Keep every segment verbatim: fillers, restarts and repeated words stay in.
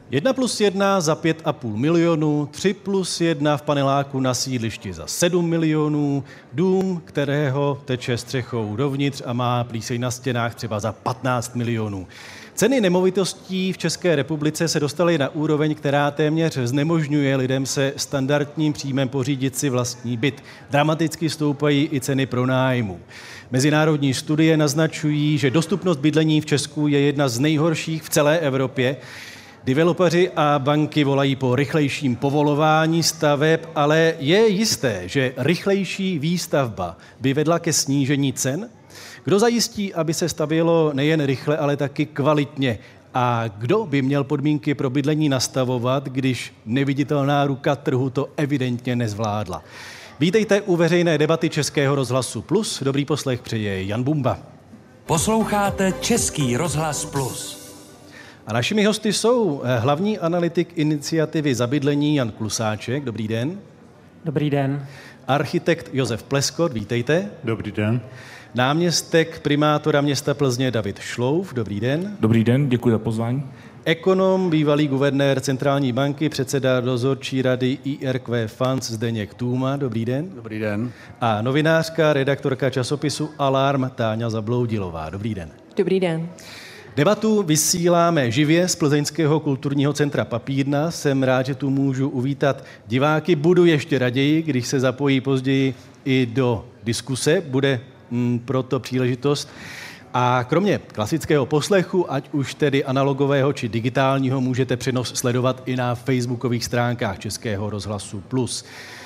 Jedna plus jedna za pět a půl milionu, tři plus jedna v paneláku na sídlišti za sedm milionů, dům, kterého teče střechou dovnitř a má plíseň na stěnách třeba za patnáct milionů. Ceny nemovitostí v České republice se dostaly na úroveň, která téměř znemožňuje lidem se standardním příjmem pořídit si vlastní byt. Dramaticky stoupají i ceny pronájmu. Mezinárodní studie naznačují, že dostupnost bydlení v Česku je jedna z nejhorších v celé Evropě. Developeři a banky volají po rychlejším povolování staveb, ale je jisté, že rychlejší výstavba by vedla ke snížení cen? Kdo zajistí, aby se stavělo nejen rychle, ale taky kvalitně? A kdo by měl podmínky pro bydlení nastavovat, když neviditelná ruka trhu to evidentně nezvládla? Vítejte u veřejné debaty Českého rozhlasu Plus. Dobrý poslech přeje Jan Bumba. Posloucháte Český rozhlas Plus. A našimi hosty jsou hlavní analytik iniciativy Za bydlení Jan Klusáček. Dobrý den. Dobrý den. Architekt Josef Pleskot. Vítejte. Dobrý den. Náměstek primátora města Plzně David Šlouf. Dobrý den. Dobrý den, děkuji za pozvání. Ekonom, bývalý guvernér Centrální banky, předseda dozorčí rady I R Q Funds Zdeněk Tůma. Dobrý den. Dobrý den. A novinářka, redaktorka časopisu Alarm Táňa Zabloudilová. Dobrý den. Dobrý den. Debatu vysíláme živě z Plzeňského kulturního centra Papírna. Jsem rád, že tu můžu uvítat diváky. Budu ještě raději, když se zapojí později i do diskuse. Bude mm, proto příležitost. A kromě klasického poslechu, ať už tedy analogového či digitálního, můžete přenos sledovat i na facebookových stránkách Českého rozhlasu Plus.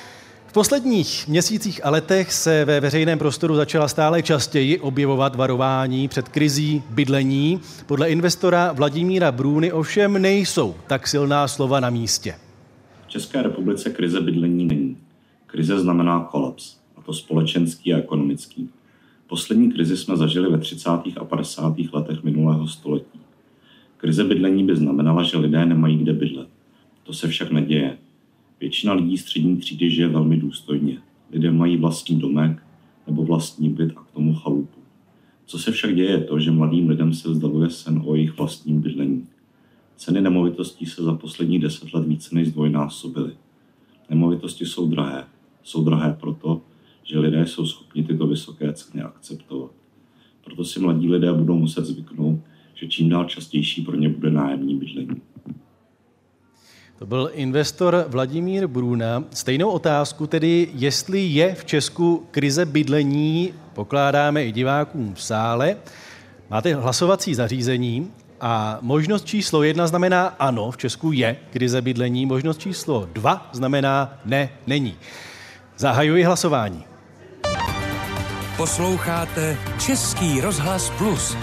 V posledních měsících a letech se ve veřejném prostoru začala stále častěji objevovat varování před krizí bydlení. Podle investora Vladimíra Brůny ovšem nejsou tak silná slova na místě. V České republice krize bydlení není. Krize znamená kolaps, a to společenský a ekonomický. Poslední krizi jsme zažili ve třicátých a padesátých letech minulého století. Krize bydlení by znamenala, že lidé nemají kde bydlet. To se však neděje. Většina lidí střední třídy žije velmi důstojně. Lidé mají vlastní domek nebo vlastní byt a k tomu chalupu. Co se však děje je to, že mladým lidem se vzdaluje sen o jejich vlastním bydlení. Ceny nemovitostí se za poslední deset let více než zdvojnásobily. Nemovitosti jsou drahé. Jsou drahé proto, že lidé jsou schopni tyto vysoké ceny akceptovat. Proto si mladí lidé budou muset zvyknout, že čím dál častější pro ně bude nájemní bydlení. To byl investor Vladimír Brůna. Stejnou otázku tedy, jestli je v Česku krize bydlení, pokládáme i divákům v sále. Máte hlasovací zařízení a možnost číslo jedna znamená ano, v Česku je krize bydlení. Možnost číslo dva znamená ne, není. Zahajuji hlasování. Posloucháte Český rozhlas Plus.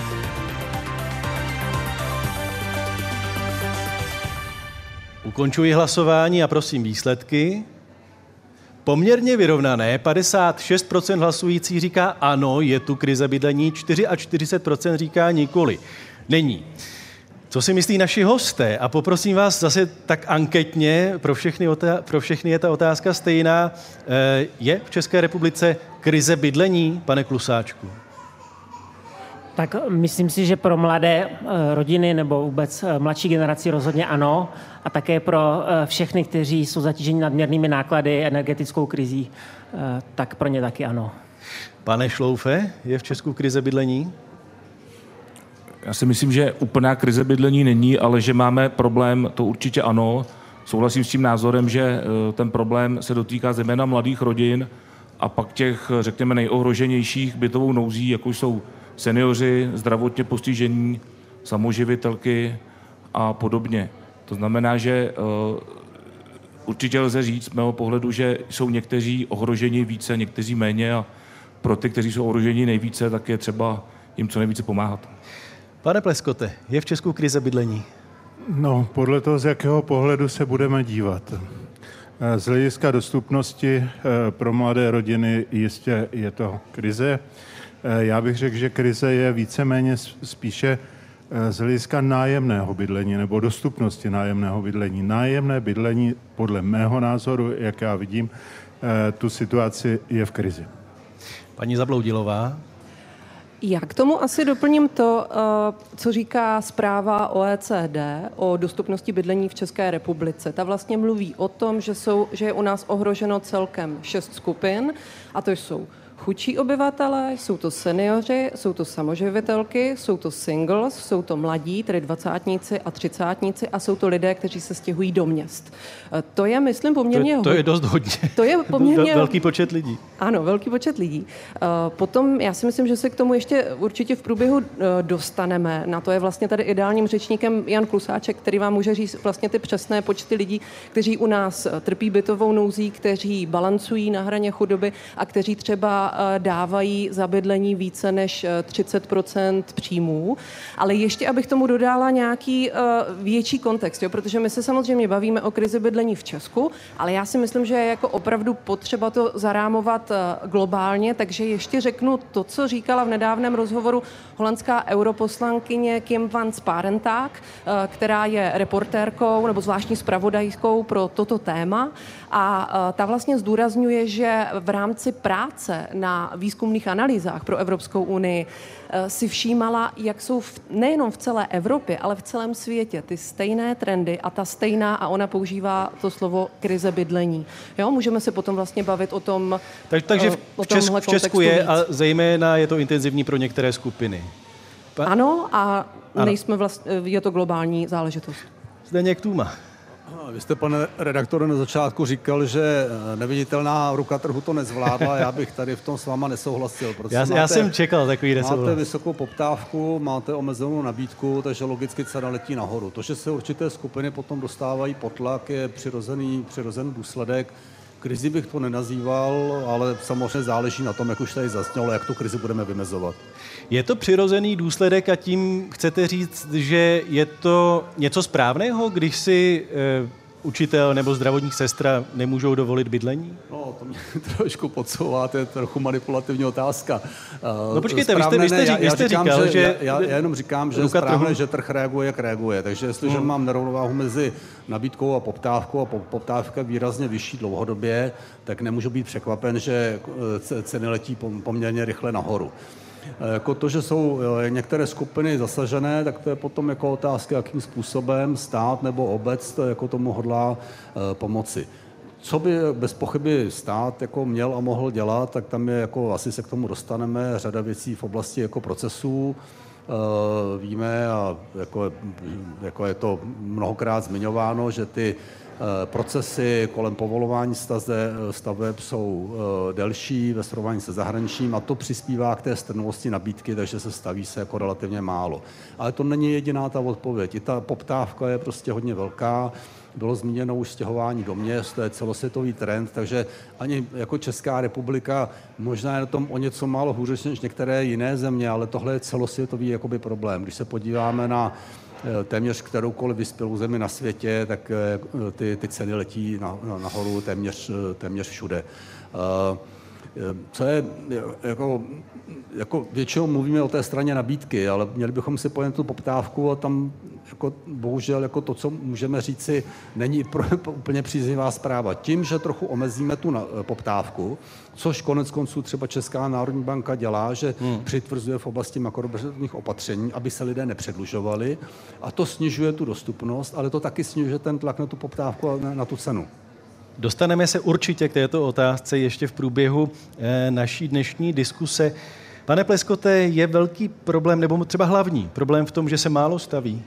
Ukončuji hlasování a prosím výsledky. Poměrně vyrovnané, padesát šest procent hlasující říká ano, je tu krize bydlení, čtyřicet čtyři procent říká nikoli. Není. Co si myslí naši hosté? A poprosím vás zase tak anketně, pro všechny, otá- pro všechny je ta otázka stejná. Je v České republice krize bydlení, pane Klusáčku? Tak myslím si, že pro mladé rodiny nebo vůbec mladší generaci rozhodně ano. A také pro všechny, kteří jsou zatíženi nadměrnými náklady, energetickou krizí, tak pro ně taky ano. Pane Šloufe, je v Česku krize bydlení? Já si myslím, že úplná krize bydlení není, ale že máme problém, to určitě ano. Souhlasím s tím názorem, že ten problém se dotýká zejména mladých rodin a pak těch, řekněme, nejohroženějších bytovou nouzí, jako jsou seniori, zdravotně postižení, samoživitelky a podobně. To znamená, že uh, určitě lze říct z mého pohledu, že jsou někteří ohroženi více, někteří méně a pro ty, kteří jsou ohroženi nejvíce, tak je třeba jim co nejvíce pomáhat. Pane Pleskote, je v Česku krize bydlení? No, podle toho, z jakého pohledu se budeme dívat. Z hlediska dostupnosti pro mladé rodiny jistě je to krize. Já bych řekl, že krize je víceméně spíše z hlediska nájemného bydlení nebo dostupnosti nájemného bydlení. Nájemné bydlení, podle mého názoru, jak já vidím, tu situaci je v krizi. Paní Zabloudilová? Já k tomu asi doplním to, co říká zpráva O E C D o dostupnosti bydlení v České republice. Ta vlastně mluví o tom, že, jsou, že je u nás ohroženo celkem šest skupin, a to jsou chudší obyvatelé, jsou to seniori, jsou to samoživitelky, jsou to singles, jsou to mladí, tedy dvacátníci a třicátníci, a jsou to lidé, kteří se stěhují do měst. To je, myslím, poměrně... To, to je dost hodně. To je poměrně... Velký počet lidí. Ano, velký počet lidí. Potom já si myslím, že se k tomu ještě určitě v průběhu dostaneme. Na to je vlastně tady ideálním řečníkem Jan Klusáček, který vám může říct vlastně ty přesné počty lidí, kteří u nás trpí bytovou nouzí, kteří balancují na hraně chudoby a kteří třeba dávají za bydlení více než třicet procent příjmů. Ale ještě, abych tomu dodala nějaký větší kontext, jo? Protože my se samozřejmě bavíme o krizi bydlení v Česku, ale já si myslím, že je jako opravdu potřeba to zarámovat globálně, takže ještě řeknu to, co říkala v nedávném rozhovoru holandská europoslankyně Kim van Sparentak, která je reportérkou nebo zvláštní zpravodajkou pro toto téma, a ta vlastně zdůrazňuje, že v rámci práce na výzkumných analýzách pro Evropskou unii si všímala, jak jsou v, nejenom v celé Evropě, ale v celém světě ty stejné trendy a ta stejná, a ona používá to slovo krize bydlení. Jo, můžeme se potom vlastně bavit o tom. Tak, takže v, v, Česku, v Česku je, víc. A zejména je to intenzivní pro některé skupiny. Pa... Ano, a ano. Nejsme vlastně, je to globální záležitost. Zdeněk Tůma. Vy jste, pane redaktore, na začátku říkal, že neviditelná ruka trhu to nezvládla. Já bych tady v tom s váma nesouhlasil. Já, máte, já jsem čekal takový nesouhlas. Máte vysokou poptávku, máte omezenou nabídku, takže logicky cena letí nahoru. To, že se určité skupiny potom dostávají pod tlak, je přirozený, přirozený důsledek. Krizi bych to nenazýval, ale samozřejmě záleží na tom, jak už tady zaznělo, jak tu krizi budeme vymezovat. Je to přirozený důsledek a tím chcete říct, že je to něco správného, když si e, učitel nebo zdravotní sestra nemůžou dovolit bydlení? No, to mě trošku podsouvá, to je trochu manipulativní otázka. No počkejte, vy jste, vy jste, já, vy jste říkám, říkal, že... že... Já, já jenom říkám, že je správné, že trh reaguje, jak reaguje. Takže jestliže hmm. mám nerovnováhu mezi nabídkou a poptávkou a poptávka výrazně vyšší dlouhodobě, tak nemůžu být překvapen, že ceny letí poměrně rychle nahoru. Jako to, že jsou některé skupiny zasažené, tak to je potom jako otázka, jakým způsobem stát nebo obec to jako tomu hodlá pomoci. Co by bez pochyby stát jako měl a mohl dělat, tak tam je jako, asi se k tomu dostaneme, řada věcí v oblasti jako procesů. Víme, a jako, jako je to mnohokrát zmiňováno, že ty procesy kolem povolování staveb jsou delší ve srovnání se zahraničím a to přispívá k té strnulosti nabídky, takže se staví se jako relativně málo. Ale to není jediná ta odpověď. I ta poptávka je prostě hodně velká. Bylo zmíněno už stěhování do měst, to je celosvětový trend, takže ani jako Česká republika možná je na tom o něco málo hůře než některé jiné země, ale tohle je celosvětový jakoby problém. Když se podíváme na téměř kteroukoliv vyspělou zemi na světě, tak ty, ty ceny letí na, na, nahoru téměř, téměř všude. Co je, jako, jako většinou mluvíme o té straně nabídky, ale měli bychom si pojet tu poptávku a tam jako, bohužel jako to, co můžeme říci, není pro, úplně příznivá zpráva. Tím, že trochu omezíme tu na, poptávku, což konec konců třeba Česká národní banka dělá, že hmm. přitvrzuje v oblasti makroobezřetných opatření, aby se lidé nepředlužovali, a to snižuje tu dostupnost, ale to taky snižuje ten tlak na tu poptávku a na, na tu cenu. Dostaneme se určitě k této otázce ještě v průběhu e, naší dnešní diskuse. Pane Pleskote, je velký problém, nebo třeba hlavní problém v tom, že se málo staví?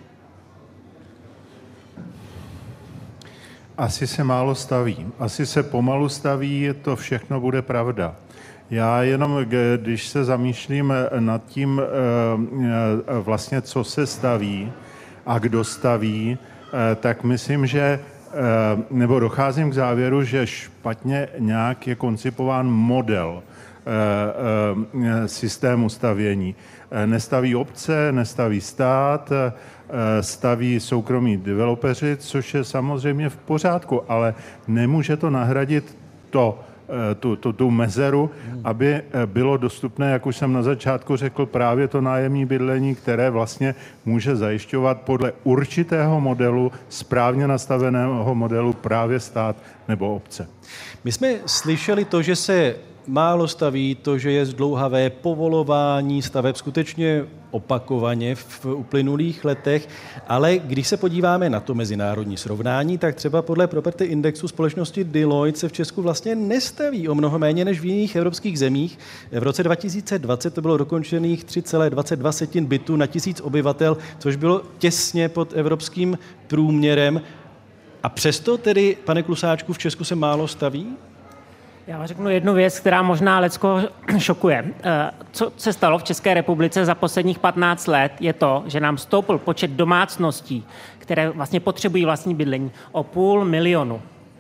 Asi se málo staví. Asi se pomalu staví, to všechno bude pravda. Já jenom, když se zamýšlím nad tím vlastně, co se staví a kdo staví, tak myslím, že nebo docházím k závěru, že špatně nějak je koncipován model systému stavění. Nestaví obce, nestaví stát, staví soukromí developeři, což je samozřejmě v pořádku, ale nemůže to nahradit to, tu, tu, tu mezeru, aby bylo dostupné, jak už jsem na začátku řekl, právě to nájemní bydlení, které vlastně může zajišťovat podle určitého modelu, správně nastaveného modelu právě stát nebo obce. My jsme slyšeli to, že se málo staví, to, že je zdlouhavé povolování staveb skutečně opakovaně v uplynulých letech, ale když se podíváme na to mezinárodní srovnání, tak třeba podle Property Indexu společnosti Deloitte se v Česku vlastně nestaví o mnoho méně než v jiných evropských zemích. V roce dva tisíce dvacet to bylo dokončených tři celé dvacet dva bytů na tisíc obyvatel, což bylo těsně pod evropským průměrem. A přesto tedy, pane Klusáčku, v Česku se málo staví? Já vám řeknu jednu věc, která možná lecko šokuje. Co se stalo v České republice za posledních patnáct let, je to, že nám stoupl počet domácností, které vlastně potřebují vlastní bydlení, o půl milionu.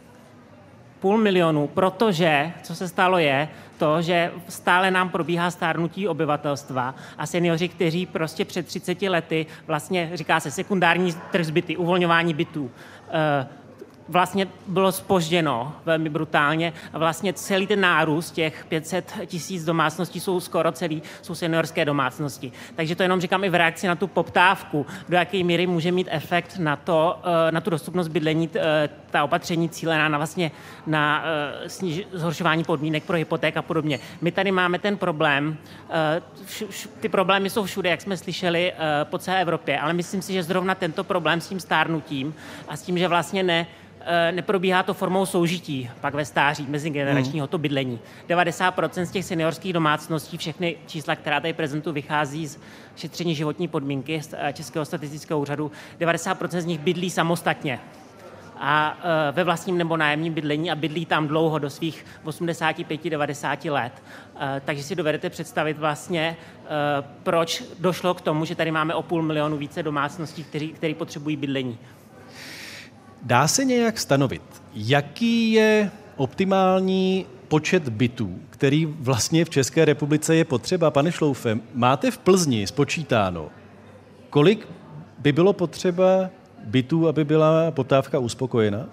Půl milionu, protože, co se stalo je, to, že stále nám probíhá stárnutí obyvatelstva a seniori, kteří prostě před třiceti lety, vlastně říká se sekundární trh s byty, uvolňování bytů, vlastně bylo zpožděno velmi brutálně a vlastně celý ten nárůst těch pět set tisíc domácností jsou skoro celý, jsou seniorské domácnosti. Takže to jenom říkám i v reakci na tu poptávku, do jaké míry může mít efekt na to, na tu dostupnost bydlení, ta opatření cílená na vlastně na sniž, zhoršování podmínek pro hypoték a podobně. My tady máme ten problém, ty problémy jsou všude, jak jsme slyšeli, po celé Evropě, ale myslím si, že zrovna tento problém s tím stárnutím a s tím, že vlastně ne neprobíhá to formou soužití pak ve stáří mezigeneračního to bydlení. devadesát procent z těch seniorských domácností, všechny čísla, která tady prezentuji, vychází z šetření životní podmínky z Českého statistického úřadu, devadesát procent z nich bydlí samostatně a ve vlastním nebo nájemním bydlení a bydlí tam dlouho do svých osmdesát pět devadesát let. Takže si dovedete představit vlastně, proč došlo k tomu, že tady máme o půl milionu více domácností, kteří, kteří potřebují bydlení. Dá se nějak stanovit, jaký je optimální počet bytů, který vlastně v České republice je potřeba? Pane Šloufe, máte v Plzni spočítáno, kolik by bylo potřeba bytů, aby byla poptávka uspokojena?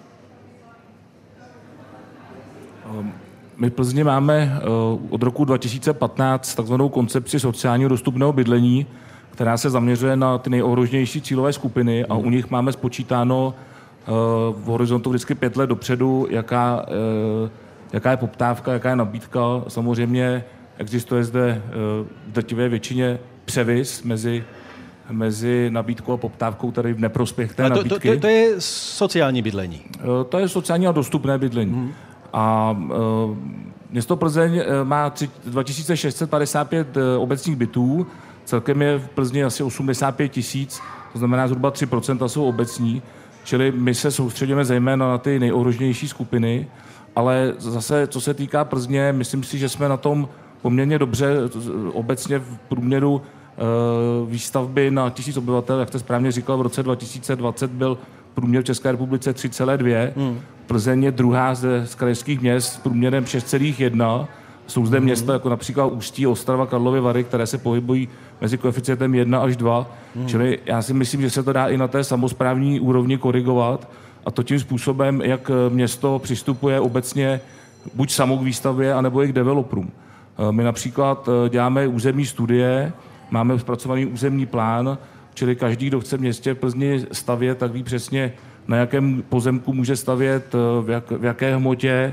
My v Plzni máme od roku dva tisíce patnáct takzvanou koncepci sociálního dostupného bydlení, která se zaměřuje na ty nejohroženější cílové skupiny a u nich máme spočítáno v horizontu vždycky pět let dopředu, jaká, jaká je poptávka, jaká je nabídka. Samozřejmě existuje zde v drtivé většině převis mezi, mezi nabídkou a poptávkou, tady v neprospěch té to, nabídky. To, to, to je sociální bydlení. To je sociální a dostupné bydlení. Hmm. A město Plzeň má dva tisíce šest set padesát pět obecních bytů, celkem je v Plzni asi osmdesát pět tisíc, to znamená zhruba tři procenta jsou obecní. Čili my se soustředíme zejména na ty nejohroženější skupiny, ale zase, co se týká Plzně, myslím si, že jsme na tom poměrně dobře. Obecně v průměru e, výstavby na tisíc obyvatel, jak jste správně říkal, v roce dva tisíce dvacet byl průměr v České republice tři celé dvě. Hmm. Plzeň je druhá z, z krajských měst s průměrem šest celé jedna. Jsou zde hmm. města jako například Ústí, Ostrava, Karlovy Vary, které se pohybují mezi koeficientem jedna až dva. Hmm. Čili já si myslím, že se to dá i na té samosprávní úrovni korigovat a to tím způsobem, jak město přistupuje obecně buď samo k výstavbě, anebo i k developerům. My například děláme územní studie, máme zpracovaný územní plán, čili každý, kdo chce v městě Plzni stavět, tak ví přesně, na jakém pozemku může stavět, v, jak, v jaké hmotě,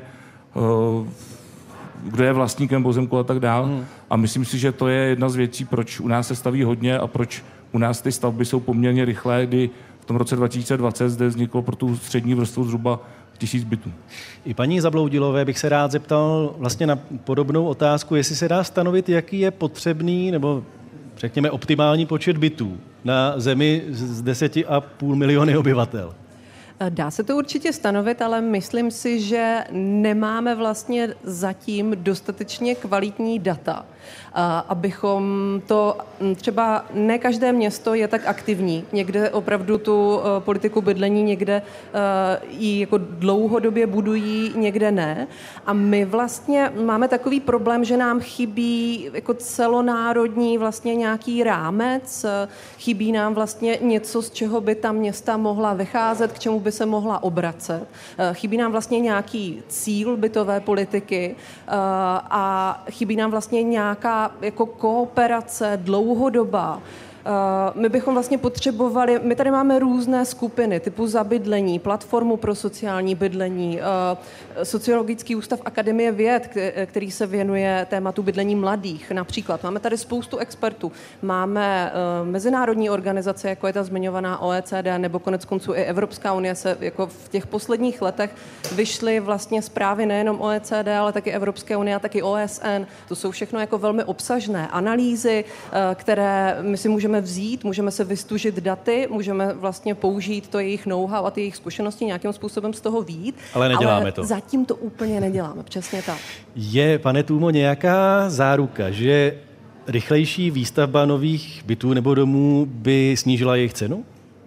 kdo je vlastníkem pozemku a tak dál. Hmm. A myslím si, že to je jedna z věcí, proč u nás se staví hodně a proč u nás ty stavby jsou poměrně rychlé, kdy v tom roce dva tisíce dvacet zde vzniklo pro tu střední vrstvu zhruba tisíc bytů. I paní Zabloudilové bych se rád zeptal vlastně na podobnou otázku, jestli se dá stanovit, jaký je potřebný nebo řekněme optimální počet bytů na zemi z deseti a půl miliony obyvatel. Dá se to určitě stanovit, ale myslím si, že nemáme vlastně zatím dostatečně kvalitní data, abychom to, třeba ne každé město je tak aktivní. Někde opravdu tu politiku bydlení, někde ji jako dlouhodobě budují, někde ne. A my vlastně máme takový problém, že nám chybí jako celonárodní vlastně nějaký rámec, chybí nám vlastně něco, z čeho by ta města mohla vycházet, k čemu by se mohla obracet. Chybí nám vlastně nějaký cíl bytové politiky a chybí nám vlastně nějaká jako kooperace dlouhodobá My bychom vlastně potřebovali, my tady máme různé skupiny typu zabydlení, platformu pro sociální bydlení, sociologický ústav Akademie věd, který se věnuje tématu bydlení mladých například. Máme tady spoustu expertů. Máme mezinárodní organizace, jako je ta zmiňovaná O E C D, nebo konec konců i Evropská unie se jako v těch posledních letech vyšly vlastně zprávy nejenom O E C D, ale taky Evropské unie a taky O S N. To jsou všechno jako velmi obsažné analýzy, které my si můžeme vzít, můžeme se vystužit daty, můžeme vlastně použít to jejich know-how a ty jejich zkušenosti nějakým způsobem z toho vyjít. Ale neděláme ale to. Zatím to úplně neděláme, přesně tak. Je, pane Tůmo, nějaká záruka, že rychlejší výstavba nových bytů nebo domů by snížila jejich cenu?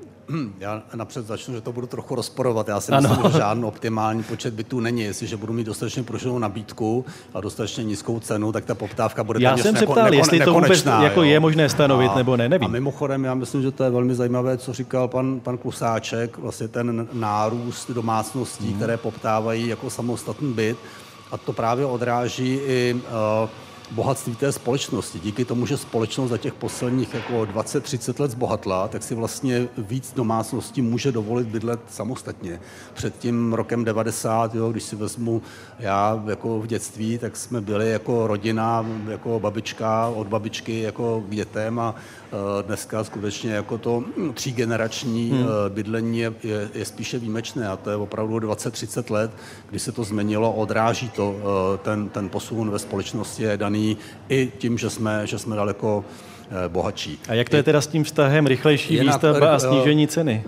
Já napřed začnu, že to budu trochu rozporovat. Já si myslím, že žádný optimální počet bytů není. Jestliže budu mít dostatečně pružnou nabídku a dostatečně nízkou cenu, tak ta poptávka bude já jsem se neko, ptal, neko, jestli to vůbec jako je možné stanovit, a, nebo ne, nevím. A mimochodem, já myslím, že to je velmi zajímavé, co říkal pan, pan Klusáček, vlastně ten nárůst domácností, hmm. které poptávají jako samostatný byt. A to právě odráží i uh, bohatství té společnosti. Díky tomu, že společnost za těch posledních jako dvacet třicet let zbohatla, tak si vlastně víc domácností může dovolit bydlet samostatně. Před tím rokem devadesát, jo, když si vezmu já jako v dětství, tak jsme byli jako rodina, jako babička od babičky jako k dětem a uh, dneska skutečně jako to třígenerační hmm. uh, bydlení je, je, je spíše výjimečné a to je opravdu dvacet třicet let, kdy se to změnilo, odráží to, uh, ten, ten posun ve společnosti je daný i tím, že jsme, že jsme daleko bohatší. A jak to je teda s tím vztahem rychlejší Jinak, výstavba a snížení ceny?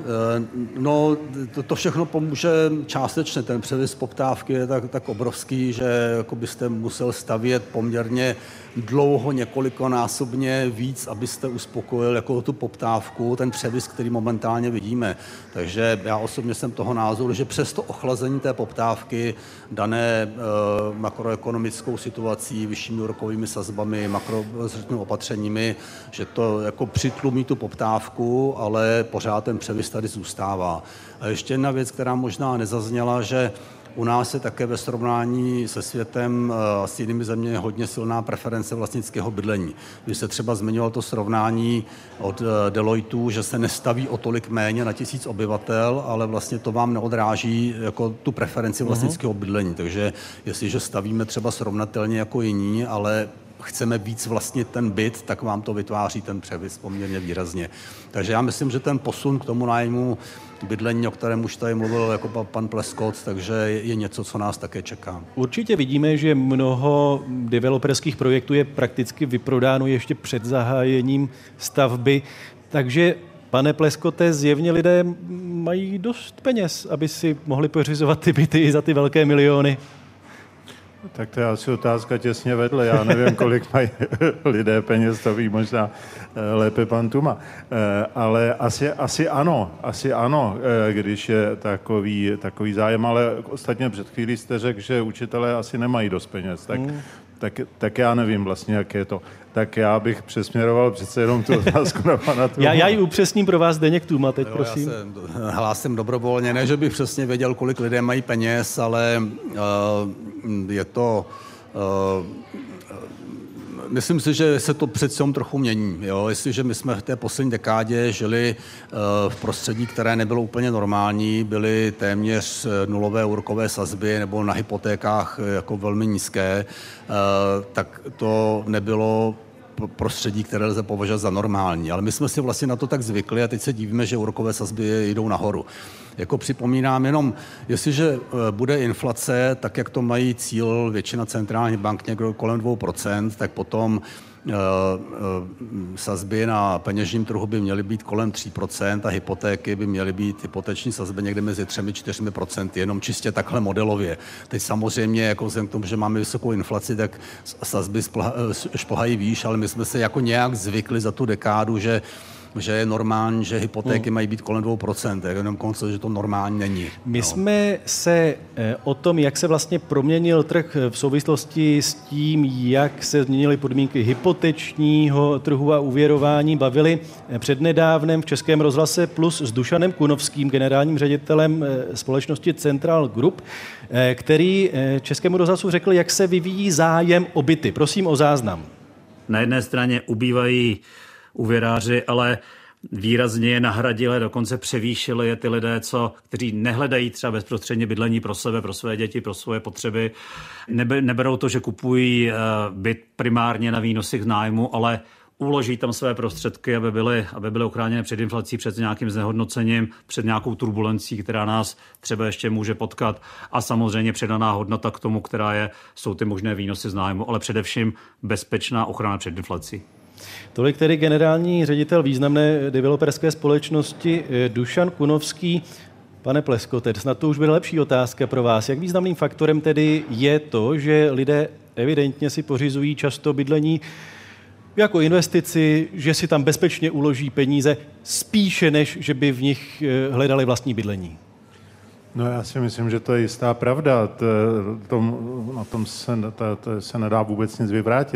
No, to, to všechno pomůže částečně. Ten převis poptávky je tak, tak obrovský, že jako byste musel stavět poměrně dlouho, několikonásobně víc, abyste uspokojil jako tu poptávku, ten převis, který momentálně vidíme. Takže já osobně jsem toho názoru, že přes to ochlazení té poptávky dané e, makroekonomickou situací, vyššími úrokovými sazbami, makrozřetnými opatřeními, že to jako přitlumí tu poptávku, ale pořád ten převis tady zůstává. A ještě jedna věc, která možná nezazněla, že u nás je také ve srovnání se světem a s jinými zeměmi hodně silná preference vlastnického bydlení. Když se třeba zmiňoval to srovnání od Deloitu, že se nestaví o tolik méně na tisíc obyvatel, ale vlastně to vám neodráží jako tu preferenci vlastnického bydlení. Takže jestliže stavíme třeba srovnatelně jako jiní, ale chceme víc vlastnit ten byt, tak vám to vytváří ten převis poměrně výrazně. Takže já myslím, že ten posun k tomu nájmu bydlení, o kterém už tady mluvil jako pan Pleskot, takže je něco, co nás také čeká. Určitě vidíme, že mnoho developerských projektů je prakticky vyprodáno ještě před zahájením stavby, takže pane Pleskote, zjevně lidé mají dost peněz, aby si mohli pořizovat ty byty i za ty velké miliony. Tak to je asi otázka těsně vedle. Já nevím, kolik mají lidé peněz, to ví možná lépe pan Tuma. Ale asi, asi ano, asi ano, když je takový, takový zájem, ale ostatně před chvílí jste řekl, že učitelé asi nemají dost peněz. Tak, hmm. tak, tak já nevím vlastně, jak je to. Tak já bych přesměroval přece jenom tu otázku na pana Tuma. Já, já ji upřesním pro vás, Zdeněk Tuma, teď jo, prosím. Já se hlásím dobrovolně, ne, že bych přesně věděl, kolik lidé mají peněz, ale uh, je to... Uh, Myslím si, že se to přece trochu mění. Jo? Jestliže my jsme v té poslední dekádě žili uh, v prostředí, které nebylo úplně normální, byly téměř nulové úrokové sazby nebo na hypotékách jako velmi nízké, uh, tak to nebylo prostředí, které lze považovat za normální. Ale my jsme si vlastně na to tak zvykli a teď se divíme, že úrokové sazby jdou nahoru. Jako připomínám jenom, jestliže bude inflace, tak jak to mají cíl většina centrálních bank někdo kolem dvou procent, tak potom sazby na peněžním trhu by měly být kolem tří procent a hypotéky by měly být hypoteční sazby někde mezi třemi a čtyřmi procenty, jenom čistě takhle modelově. Teď samozřejmě, jako vzhledem k tomu, že máme vysokou inflaci, tak sazby šplhají výš, ale my jsme se jako nějak zvykli za tu dekádu, že že je normální, že hypotéky hmm. mají být kolem dvou procent, jenom konce, že to normální není. My no. jsme se o tom, jak se vlastně proměnil trh v souvislosti s tím, jak se změnily podmínky hypotečního trhu a úvěrování, bavili přednedávnem v Českém rozhlase Plus s Dušanem Kunovským, generálním ředitelem společnosti Central Group, který Českému rozhlasu řekl, jak se vyvíjí zájem o byty. Prosím o záznam. Na jedné straně ubývají úvěráři, ale výrazně je nahradili, dokonce převýšili je ty lidé, co, kteří nehledají třeba bezprostředně bydlení pro sebe, pro své děti, pro svoje potřeby. Nebe, neberou to, že kupují byt primárně na výnosy z nájmu, ale uloží tam své prostředky, aby byly, aby byly ochráněny před inflací, před nějakým znehodnocením, před nějakou turbulencí, která nás třeba ještě může potkat, a samozřejmě přidaná hodnota k tomu, která je, jsou ty možné výnosy z nájmu, ale především bezpečná ochrana před inflací. Tolik tedy generální ředitel významné developerské společnosti Dušan Kunovský. Pane Pleskote, snad to už bude lepší otázka pro vás. Jak významným faktorem tedy je to, že lidé evidentně si pořizují často bydlení jako investici, že si tam bezpečně uloží peníze spíše, než že by v nich hledali vlastní bydlení? No já si myslím, že to je jistá pravda. To, tom, na tom se, to, to se nedá vůbec nic vyvrátit.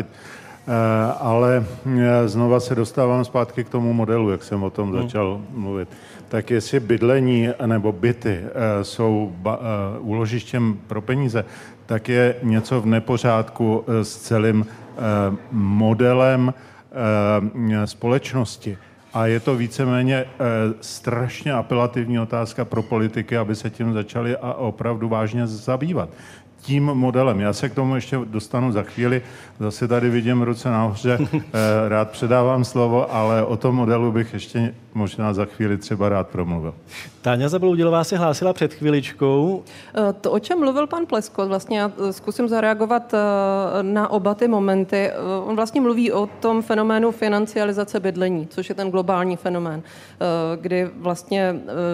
Ale znova se dostávám zpátky k tomu modelu, jak jsem o tom no. začal mluvit. Tak jestli bydlení nebo byty jsou úložištěm pro peníze, tak je něco v nepořádku s celým modelem společnosti. A je to víceméně strašně apelativní otázka pro politiky, aby se tím začali a opravdu vážně zabývat. Tím modelem. Já se k tomu ještě dostanu za chvíli. Zase tady vidím ruce nahoře. Rád předávám slovo, ale o tom modelu bych ještě možná za chvíli třeba rád promluvil. Táňa Zabloudilová se hlásila před chviličkou. To, o čem mluvil pan Pleskot, vlastně já zkusím zareagovat na oba ty momenty. On vlastně mluví o tom fenoménu financializace bydlení, což je ten globální fenomén, kdy vlastně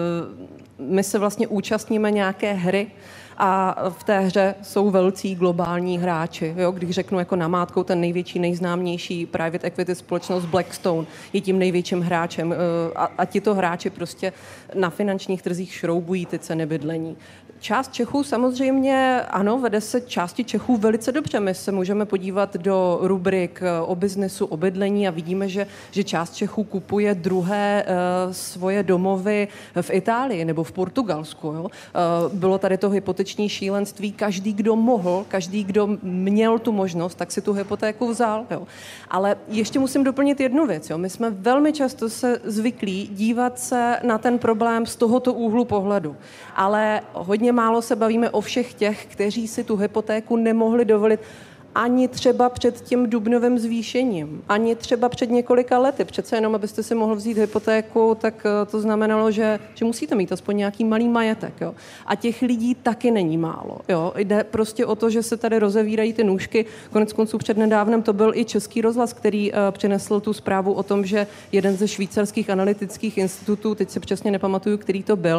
my se vlastně účastníme nějaké hry, a v té hře jsou velcí globální hráči. Jo? Když řeknu jako namátkou, ten největší, nejznámější private equity společnost Blackstone je tím největším hráčem. A, a tito hráči prostě na finančních trzích šroubují ty ceny bydlení. Část Čechů samozřejmě, ano, vede se části Čechů velice dobře. My se můžeme podívat do rubrik o biznesu, o bydlení a vidíme, že, že část Čechů kupuje druhé uh, svoje domovy v Itálii nebo v Portugalsku. Jo? Uh, bylo tady to hypoteční šílenství. Každý, kdo mohl, každý, kdo měl tu možnost, tak si tu hypotéku vzal. Jo? Ale ještě musím doplnit jednu věc. Jo? My jsme velmi často se zvyklí dívat se na ten problém z tohoto úhlu pohledu. Ale hodně málo se bavíme o všech těch, kteří si tu hypotéku nemohli dovolit ani třeba před tím dubnovým zvýšením, ani třeba před několika lety. Přece jenom, abyste si mohl vzít hypotéku, tak to znamenalo, že, že musíte mít aspoň nějaký malý majetek. Jo. A těch lidí taky není málo. Jo. Jde prostě o to, že se tady rozevírají ty nůžky. Konec konců přednedávnem to byl i Český rozhlas, který uh, přinesl tu zprávu o tom, že jeden ze švýcarských analytických institutů, teď se přesně nepamatuju, který to byl,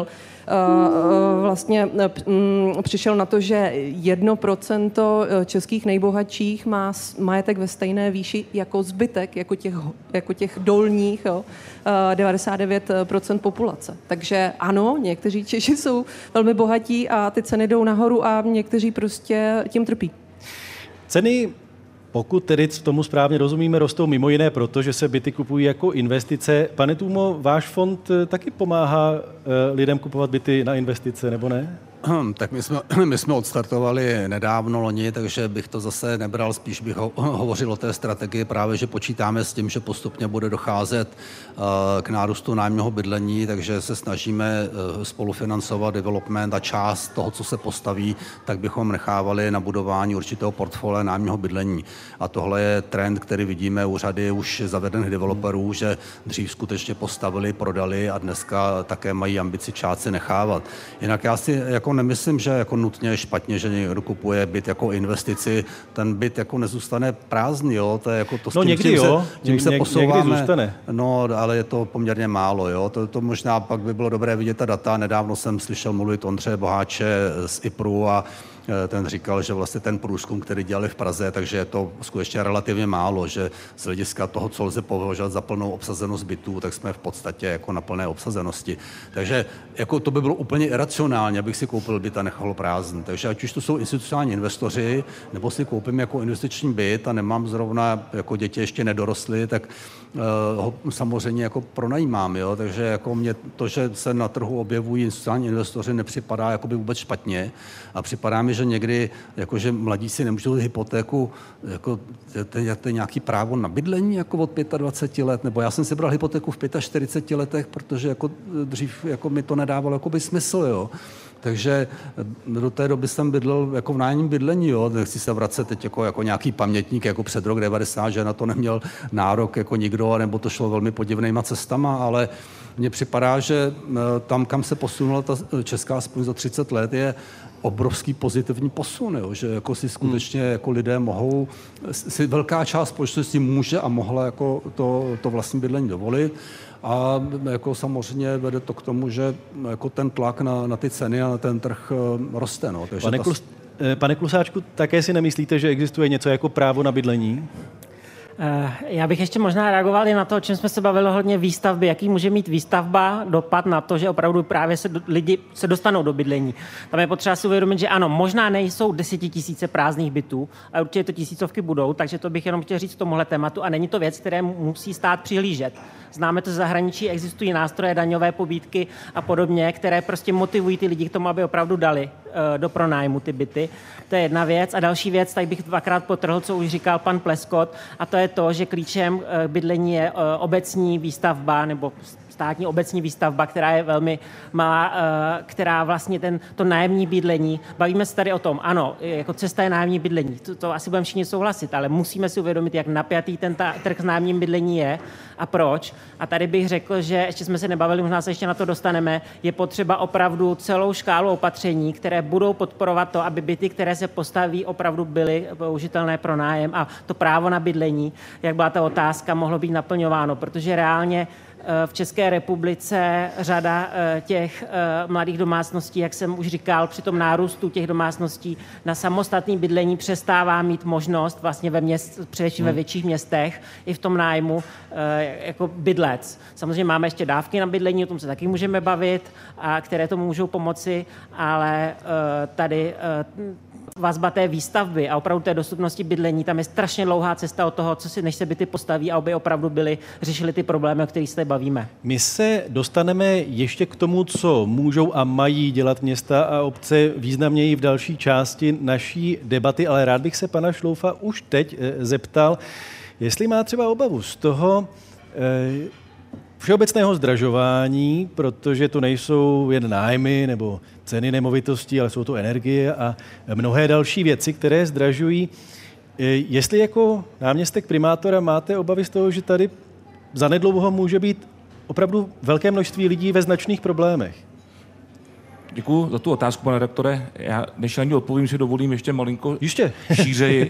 uh, vlastně uh, přišel na to, že jedno procento českých nejbohatších má majetek ve stejné výši jako zbytek, jako těch, jako těch dolních, jo, devadesát devět procent populace. Takže ano, někteří Češi jsou velmi bohatí a ty ceny jdou nahoru a někteří prostě tím trpí. Ceny, pokud tedy tomu správně rozumíme, rostou mimo jiné proto, že se byty kupují jako investice. Pane Tůmo, váš fond taky pomáhá lidem kupovat byty na investice, nebo ne? Tak my jsme, my jsme odstartovali nedávno loni, takže bych to zase nebral, spíš bych ho, hovořil o té strategii právě, že počítáme s tím, že postupně bude docházet uh, k nárůstu nájemního bydlení, takže se snažíme uh, spolufinancovat development a část toho, co se postaví, tak bychom nechávali na budování určitého portfolia nájemního bydlení. A tohle je trend, který vidíme u řady už zavedených developerů, že dřív skutečně postavili, prodali a dneska také mají ambici část si nechávat. Jinak já si jako nemyslím, že jako nutně špatně, že někdo kupuje byt jako investici. Ten byt jako nezůstane prázdný, jo? To je jako to s tím, no někdy tím jo, se, tím se Něk, posouváme. Někdy zůstane. No, ale je to poměrně málo, jo? To, to možná pak by bylo dobré vidět ta data. Nedávno jsem slyšel mluvit Ondřeje Boháče z IPRu a ten říkal, že vlastně ten průzkum, který dělali v Praze, takže je to skutečně relativně málo, že z hlediska toho, co lze považovat za plnou obsazenost bytů, tak jsme v podstatě jako na plné obsazenosti. Takže jako to by bylo úplně iracionálně, abych si koupil byt a nechal prázdný. Takže ať už to jsou institucionální investoři, nebo si koupím jako investiční byt a nemám zrovna, jako děti ještě nedorostly, tak uh, ho samozřejmě jako pronajímám, jo. Takže jako mě to, že se na trhu objevují institucionální investoři, nepřipadá jako by vůbec špatně a připadá mi, že někdy jakože mladíci nemůžou hypotéku, jako to je nějaký právo na bydlení jako od dvacet pět let, nebo já jsem si bral hypotéku v čtyřiceti pěti letech, protože jako dřív jako mi to nedávalo jakoby smysl, jo. Takže do té doby jsem bydlel jako v nájemním bydlení, jo. Nechci se vracet teď jako, jako nějaký pamětník, jako před rok devadesát, že na to neměl nárok jako nikdo, nebo to šlo velmi podivnýma cestama, ale mně připadá, že tam, kam se posunula ta česká společnost za třicet let, je obrovský pozitivní posun, jo? Že jako si skutečně hmm. jako lidé mohou, si velká část společnosti může a mohla jako to, to vlastní bydlení dovolit. A jako samozřejmě vede to k tomu, že jako ten tlak na, na ty ceny a na ten trh roste. No. Takže pane, ta... Klus, pane Klusáčku, také si nemyslíte, že existuje něco jako právo na bydlení? Já bych ještě možná reagoval i na to, o čem jsme se bavili hodně výstavby, jaký může mít výstavba dopad na to, že opravdu právě se do, lidi se dostanou do bydlení. Tam je potřeba si uvědomit, že ano, možná nejsou desetitisíce prázdných bytů, ale určitě to tisícovky budou, takže to bych jenom chtěl říct k tomuhle tématu a není to věc, které musí stát přihlížet. Známe to ze zahraničí, existují nástroje, daňové pobídky a podobně, které prostě motivují ty lidi k tomu, aby opravdu dali uh, do pronájmu ty byty. To je jedna věc. A další věc, tak bych dvakrát podtrhl, co už říkal pan Pleskot, a to je to, že klíčem uh, bydlení je uh, obecní výstavba nebo státní obecní výstavba, která je velmi malá, která vlastně ten, to nájemní bydlení, bavíme se tady o tom, ano, jako cesta je nájemní bydlení, to, to asi budeme všichni souhlasit, ale musíme si uvědomit, jak napjatý ten ta, trh s nájemním bydlení je a proč. A tady bych řekl, že ještě jsme se nebavili, možná se ještě na to dostaneme, je potřeba opravdu celou škálu opatření, které budou podporovat to, aby byty, které se postaví, opravdu byly použitelné pro nájem a to právo na bydlení, jak byla ta otázka, mohlo být naplňováno, protože reálně v České republice řada těch mladých domácností, jak jsem už říkal, při tom nárůstu těch domácností na samostatné bydlení přestává mít možnost vlastně ve měst, především hmm. ve větších městech i v tom nájmu jako bydlec. Samozřejmě máme ještě dávky na bydlení, o tom se taky můžeme bavit, a které tomu můžou pomoci, ale tady vazba té výstavby a opravdu té dostupnosti bydlení, tam je strašně dlouhá cesta od toho, co si, než se byty postaví, a aby opravdu byly, řešili ty problémy, o kterých se bavíme. My se dostaneme ještě k tomu, co můžou a mají dělat města a obce významněji v další části naší debaty, ale rád bych se pana Šloufa už teď zeptal, jestli má třeba obavu z toho eh, všeobecného zdražování, protože to nejsou jen nájmy nebo ceny nemovitostí, ale jsou to energie a mnohé další věci, které zdražují. Jestli jako náměstek primátora máte obavy z toho, že tady zanedlouho může být opravdu velké množství lidí ve značných problémech? Děkuji za tu otázku, pane rektore. Já než na ní odpovím, si dovolím ještě malinko ještě šířeji.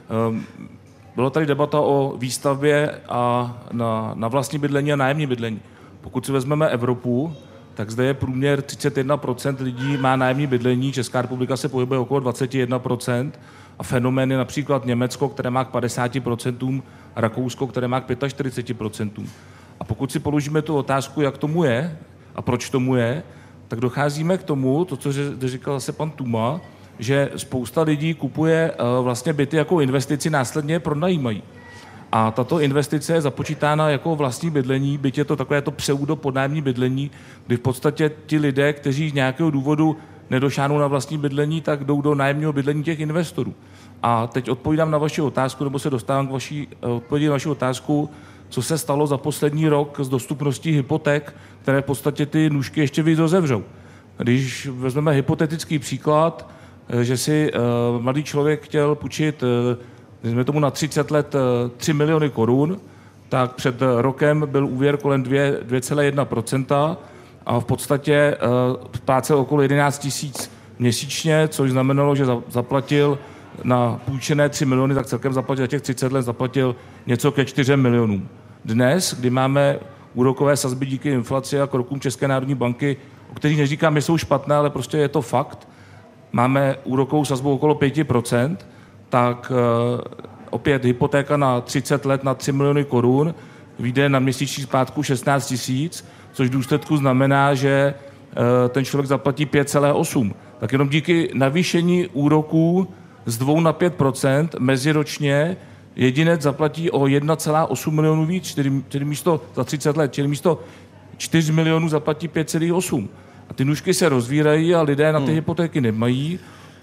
Byla tady debata o výstavbě a na, na vlastní bydlení a nájemní bydlení. Pokud si vezmeme Evropu, tak zde je průměr třicet jedna procent lidí má nájemní bydlení, Česká republika se pohybuje okolo dvacet jedna procent a fenomén je například Německo, které má k padesáti procentům, a Rakousko, které má k čtyřiceti pěti procentům. A pokud si položíme tu otázku, jak tomu je a proč tomu je, tak docházíme k tomu, to, co říkal zase pan Tuma, že spousta lidí kupuje uh, vlastně byty jako investici, následně pronajímají. A tato investice je započítána jako vlastní bydlení, byť je to takové to pseudo podnájemní bydlení, kdy v podstatě ti lidé, kteří z nějakého důvodu nedošáhnou na vlastní bydlení, tak jdou do nájemního bydlení těch investorů. A teď odpovídám na vaši otázku, nebo se dostávám k vaší odpovědi na vaši otázku, co se stalo za poslední rok s dostupností hypoték, které v podstatě ty nůžky ještě víc rozevřou. Když vezmeme hypotetický příklad, že si uh, mladý člověk chtěl půjčit, uh, jsme tomu na třicet let, uh, tři miliony korun, tak před rokem byl úvěr kolem dvě celá jedna procenta a v podstatě uh, splácel okolo jedenáct tisíc měsíčně, což znamenalo, že za, zaplatil na půjčené tři miliony, tak celkem zaplatil za těch třicet let, zaplatil něco ke čtyřem milionům. Dnes, kdy máme úrokové sazby díky inflaci a krokům České národní banky, o kterých neříkám, že jsou špatné, ale prostě je to fakt, máme úrokovou sazbu okolo pět procent, tak e, opět hypotéka na třicet let na tři miliony korun vyjde na měsíční splátku šestnáct tisíc, což v důsledku znamená, že e, ten člověk zaplatí pět celá osm. Tak jenom díky navýšení úroků z dvou na pět procent meziročně jedinec zaplatí o jedna celá osm milionů víc, čtyři, čtyři místo za třicet let, čili místo čtyři milionů zaplatí pět celá osm. A ty nůžky se rozvírají a lidé na ty hmm. hypotéky nemají,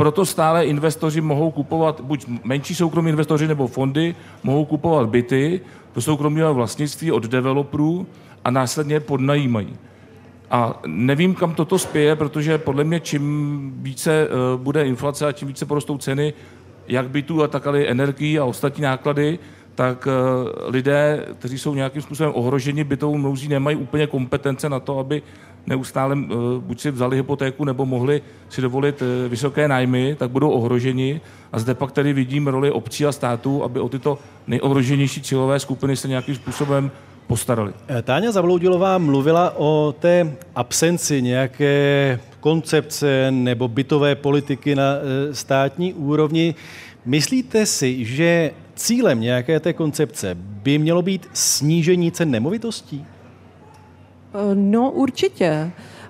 proto stále investoři mohou kupovat, buď menší soukromí investoři nebo fondy, mohou kupovat byty do soukromého vlastnictví od developerů a následně podnajímají. A nevím, kam toto spěje, protože podle mě čím více uh, bude inflace a čím více porostou ceny, jak bytů a tak ale energií a ostatní náklady, tak uh, lidé, kteří jsou nějakým způsobem ohroženi bytovou nouzí, nemají úplně kompetence na to, aby neustále uh, buď si vzali hypotéku, nebo mohli si dovolit uh, vysoké nájmy, tak budou ohroženi. A zde pak tedy vidím roli obcí a států, aby o tyto nejohroženější cílové skupiny se nějakým způsobem postarali. Táňa Zabloudilová mluvila o té absenci nějaké koncepce nebo bytové politiky na státní úrovni. Myslíte si, že cílem nějaké té koncepce by mělo být snížení cen nemovitostí? No určitě.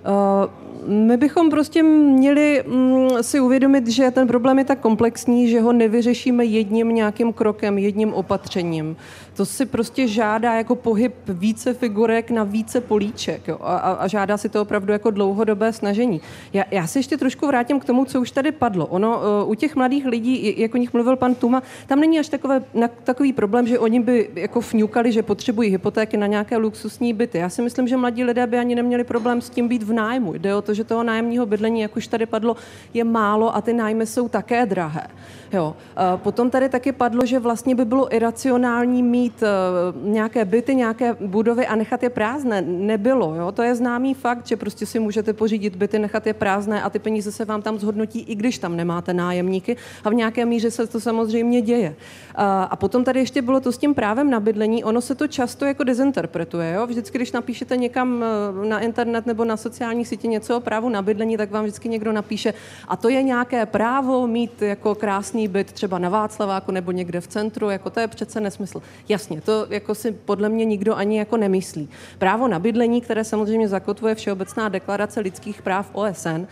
My bychom prostě měli si uvědomit, že ten problém je tak komplexní, že ho nevyřešíme jedním nějakým krokem, jedním opatřením. To si prostě žádá jako pohyb více figurek na více políček, jo, a, a žádá si to opravdu jako dlouhodobé snažení. Já, já se ještě trošku vrátím k tomu, co už tady padlo. Ono u těch mladých lidí, jak o nich mluvil pan Tuma, tam není až takové, na, takový problém, že oni by jako fňukali, že potřebují hypotéky na nějaké luxusní byty. Já si myslím, že mladí lidé by ani neměli problém s tím být v nájmu. Jde o to, že toho nájemního bydlení, jak už tady padlo, je málo a ty nájmy jsou také drahé. Jo. Potom tady taky padlo, že vlastně by bylo iracionální mít nějaké byty, nějaké budovy a nechat je prázdné. Nebylo. Jo. To je známý fakt, že prostě si můžete pořídit byty, nechat je prázdné a ty peníze se vám tam zhodnotí, i když tam nemáte nájemníky. A v nějaké míře se to samozřejmě děje. A potom tady ještě bylo to s tím právem na bydlení. Ono se to často jako dezinterpretuje. Jo. Vždycky, když napíšete někam na internet nebo na sociální sítě něco o právu na bydlení, tak vám vždycky někdo napíše, a to je nějaké právo mít jako krásný byt třeba na Václaváku nebo někde v centru, jako to je přece nesmysl. Jasně, to jako si podle mě nikdo ani jako nemyslí. Právo na bydlení, které samozřejmě zakotvuje Všeobecná deklarace lidských práv O S N,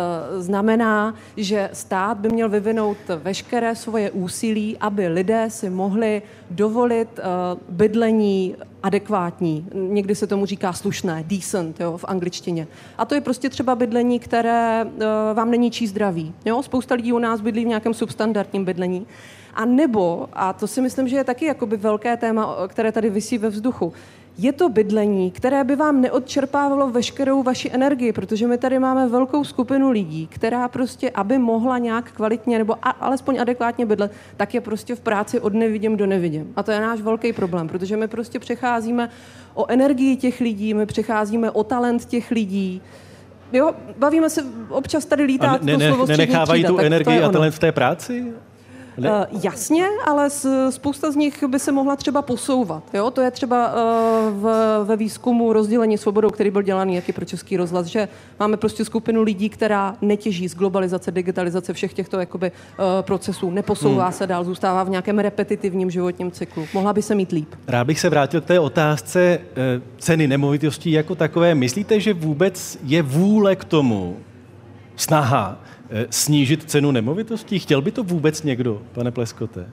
znamená, že stát by měl vyvinout veškeré svoje úsilí, aby lidé si mohli dovolit bydlení adekvátní. Někdy se tomu říká slušné, decent, jo, v angličtině. A to je prostě třeba bydlení, které uh, vám neníčí zdraví. Jo? Spousta lidí u nás bydlí v nějakém substandardním bydlení. A nebo, a to si myslím, že je taky jakoby velké téma, které tady visí ve vzduchu, je to bydlení, které by vám neodčerpávalo veškerou vaši energii, protože my tady máme velkou skupinu lidí, která prostě, aby mohla nějak kvalitně nebo a, alespoň adekvátně bydlet, tak je prostě v práci od nevidím do nevidím. A to je náš velký problém, protože my prostě přecházíme o energii těch lidí, my přecházíme o talent těch lidí. Jo, bavíme se, občas tady lítá ne, to ne, slovo střední nenechávají třída, tu energii a ono. talent v té práci? Ne? Uh, jasně, ale z, spousta z nich by se mohla třeba posouvat. Jo? To je třeba uh, v, ve výzkumu rozdělení svobodou, který byl dělaný jaký pro Český rozhlas, že máme prostě skupinu lidí, která netěží z globalizace, digitalizace všech těchto jakoby, uh, procesů, neposouvá hmm. se dál, zůstává v nějakém repetitivním životním cyklu. Mohla by se mít líp. Rád bych se vrátil k té otázce uh, ceny nemovitostí jako takové. Myslíte, že vůbec je vůle k tomu, snaha snížit cenu nemovitostí? Chtěl by to vůbec někdo, pane Pleskote?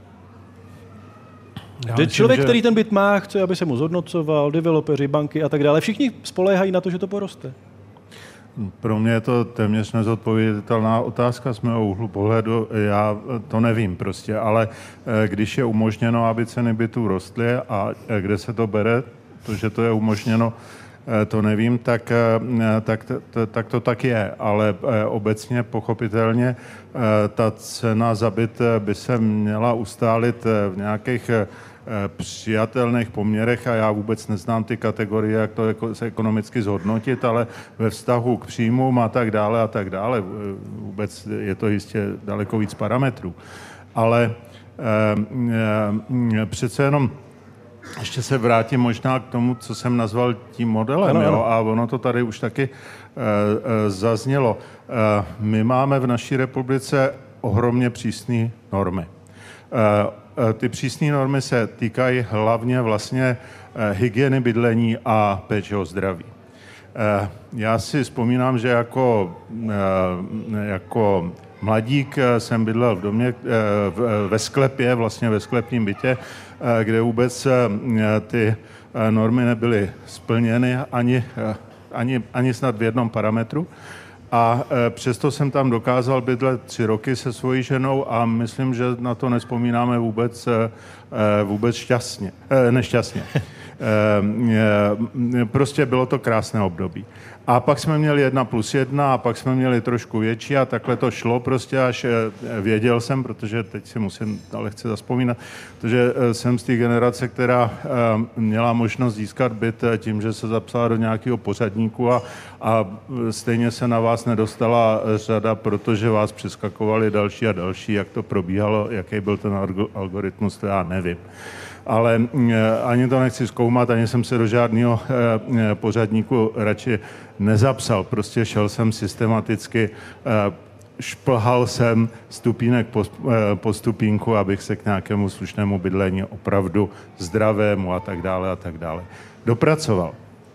Já že myslím, člověk, že... který ten byt má, chce, aby se mu zhodnocoval, developeři, banky a tak dále. Všichni spoléhají na to, že to poroste. Pro mě je to téměř nezodpověditelná otázka z mého úhlu pohledu. Já to nevím prostě, ale když je umožněno, aby ceny bytů rostly a kde se to bere, to, že to je umožněno, to nevím, tak, tak, tak to tak je, ale obecně pochopitelně ta cena za byt by se měla ustálit v nějakých přijatelných poměrech a já vůbec neznám ty kategorie, jak to se ekonomicky zhodnotit, ale ve vztahu k příjmům a tak dále a tak dále, vůbec je to jistě daleko víc parametrů. Ale přece jenom ještě se vrátím možná k tomu, co jsem nazval tím modelem, ano, jo? A ono to tady už taky e, e, zaznělo. E, my máme v naší republice ohromně přísné normy. E, e, ty přísné normy se týkají hlavně vlastně e, hygieny bydlení a péče o zdraví. E, já si vzpomínám, že jako, e, jako mladík jsem bydlel v domě, ve sklepě, vlastně ve sklepním bytě, kde vůbec ty normy nebyly splněny ani, ani, ani snad v jednom parametru. A přesto jsem tam dokázal bydlet tři roky se svojí ženou a myslím, že na to nevzpomínáme vůbec, vůbec šťastně, nešťastně. Prostě bylo to krásné období. A pak jsme měli jedna plus jedna a pak jsme měli trošku větší a takhle to šlo prostě, až věděl jsem, protože teď si musím lehce zazpomínat, protože jsem z té generace, která měla možnost získat byt tím, že se zapsala do nějakého pořadníku a, a stejně se na vás nedostala řada, protože vás přeskakovali další a další. Jak to probíhalo, jaký byl ten algoritmus, to já nevím. Ale ani to nechci zkoumat, ani jsem se do žádného pořadníku radši nezapsal. Prostě šel jsem systematicky, šplhal jsem stupínek po, po stupínku, abych se k nějakému slušnému bydlení opravdu zdravému a tak dále a tak dále dopracoval.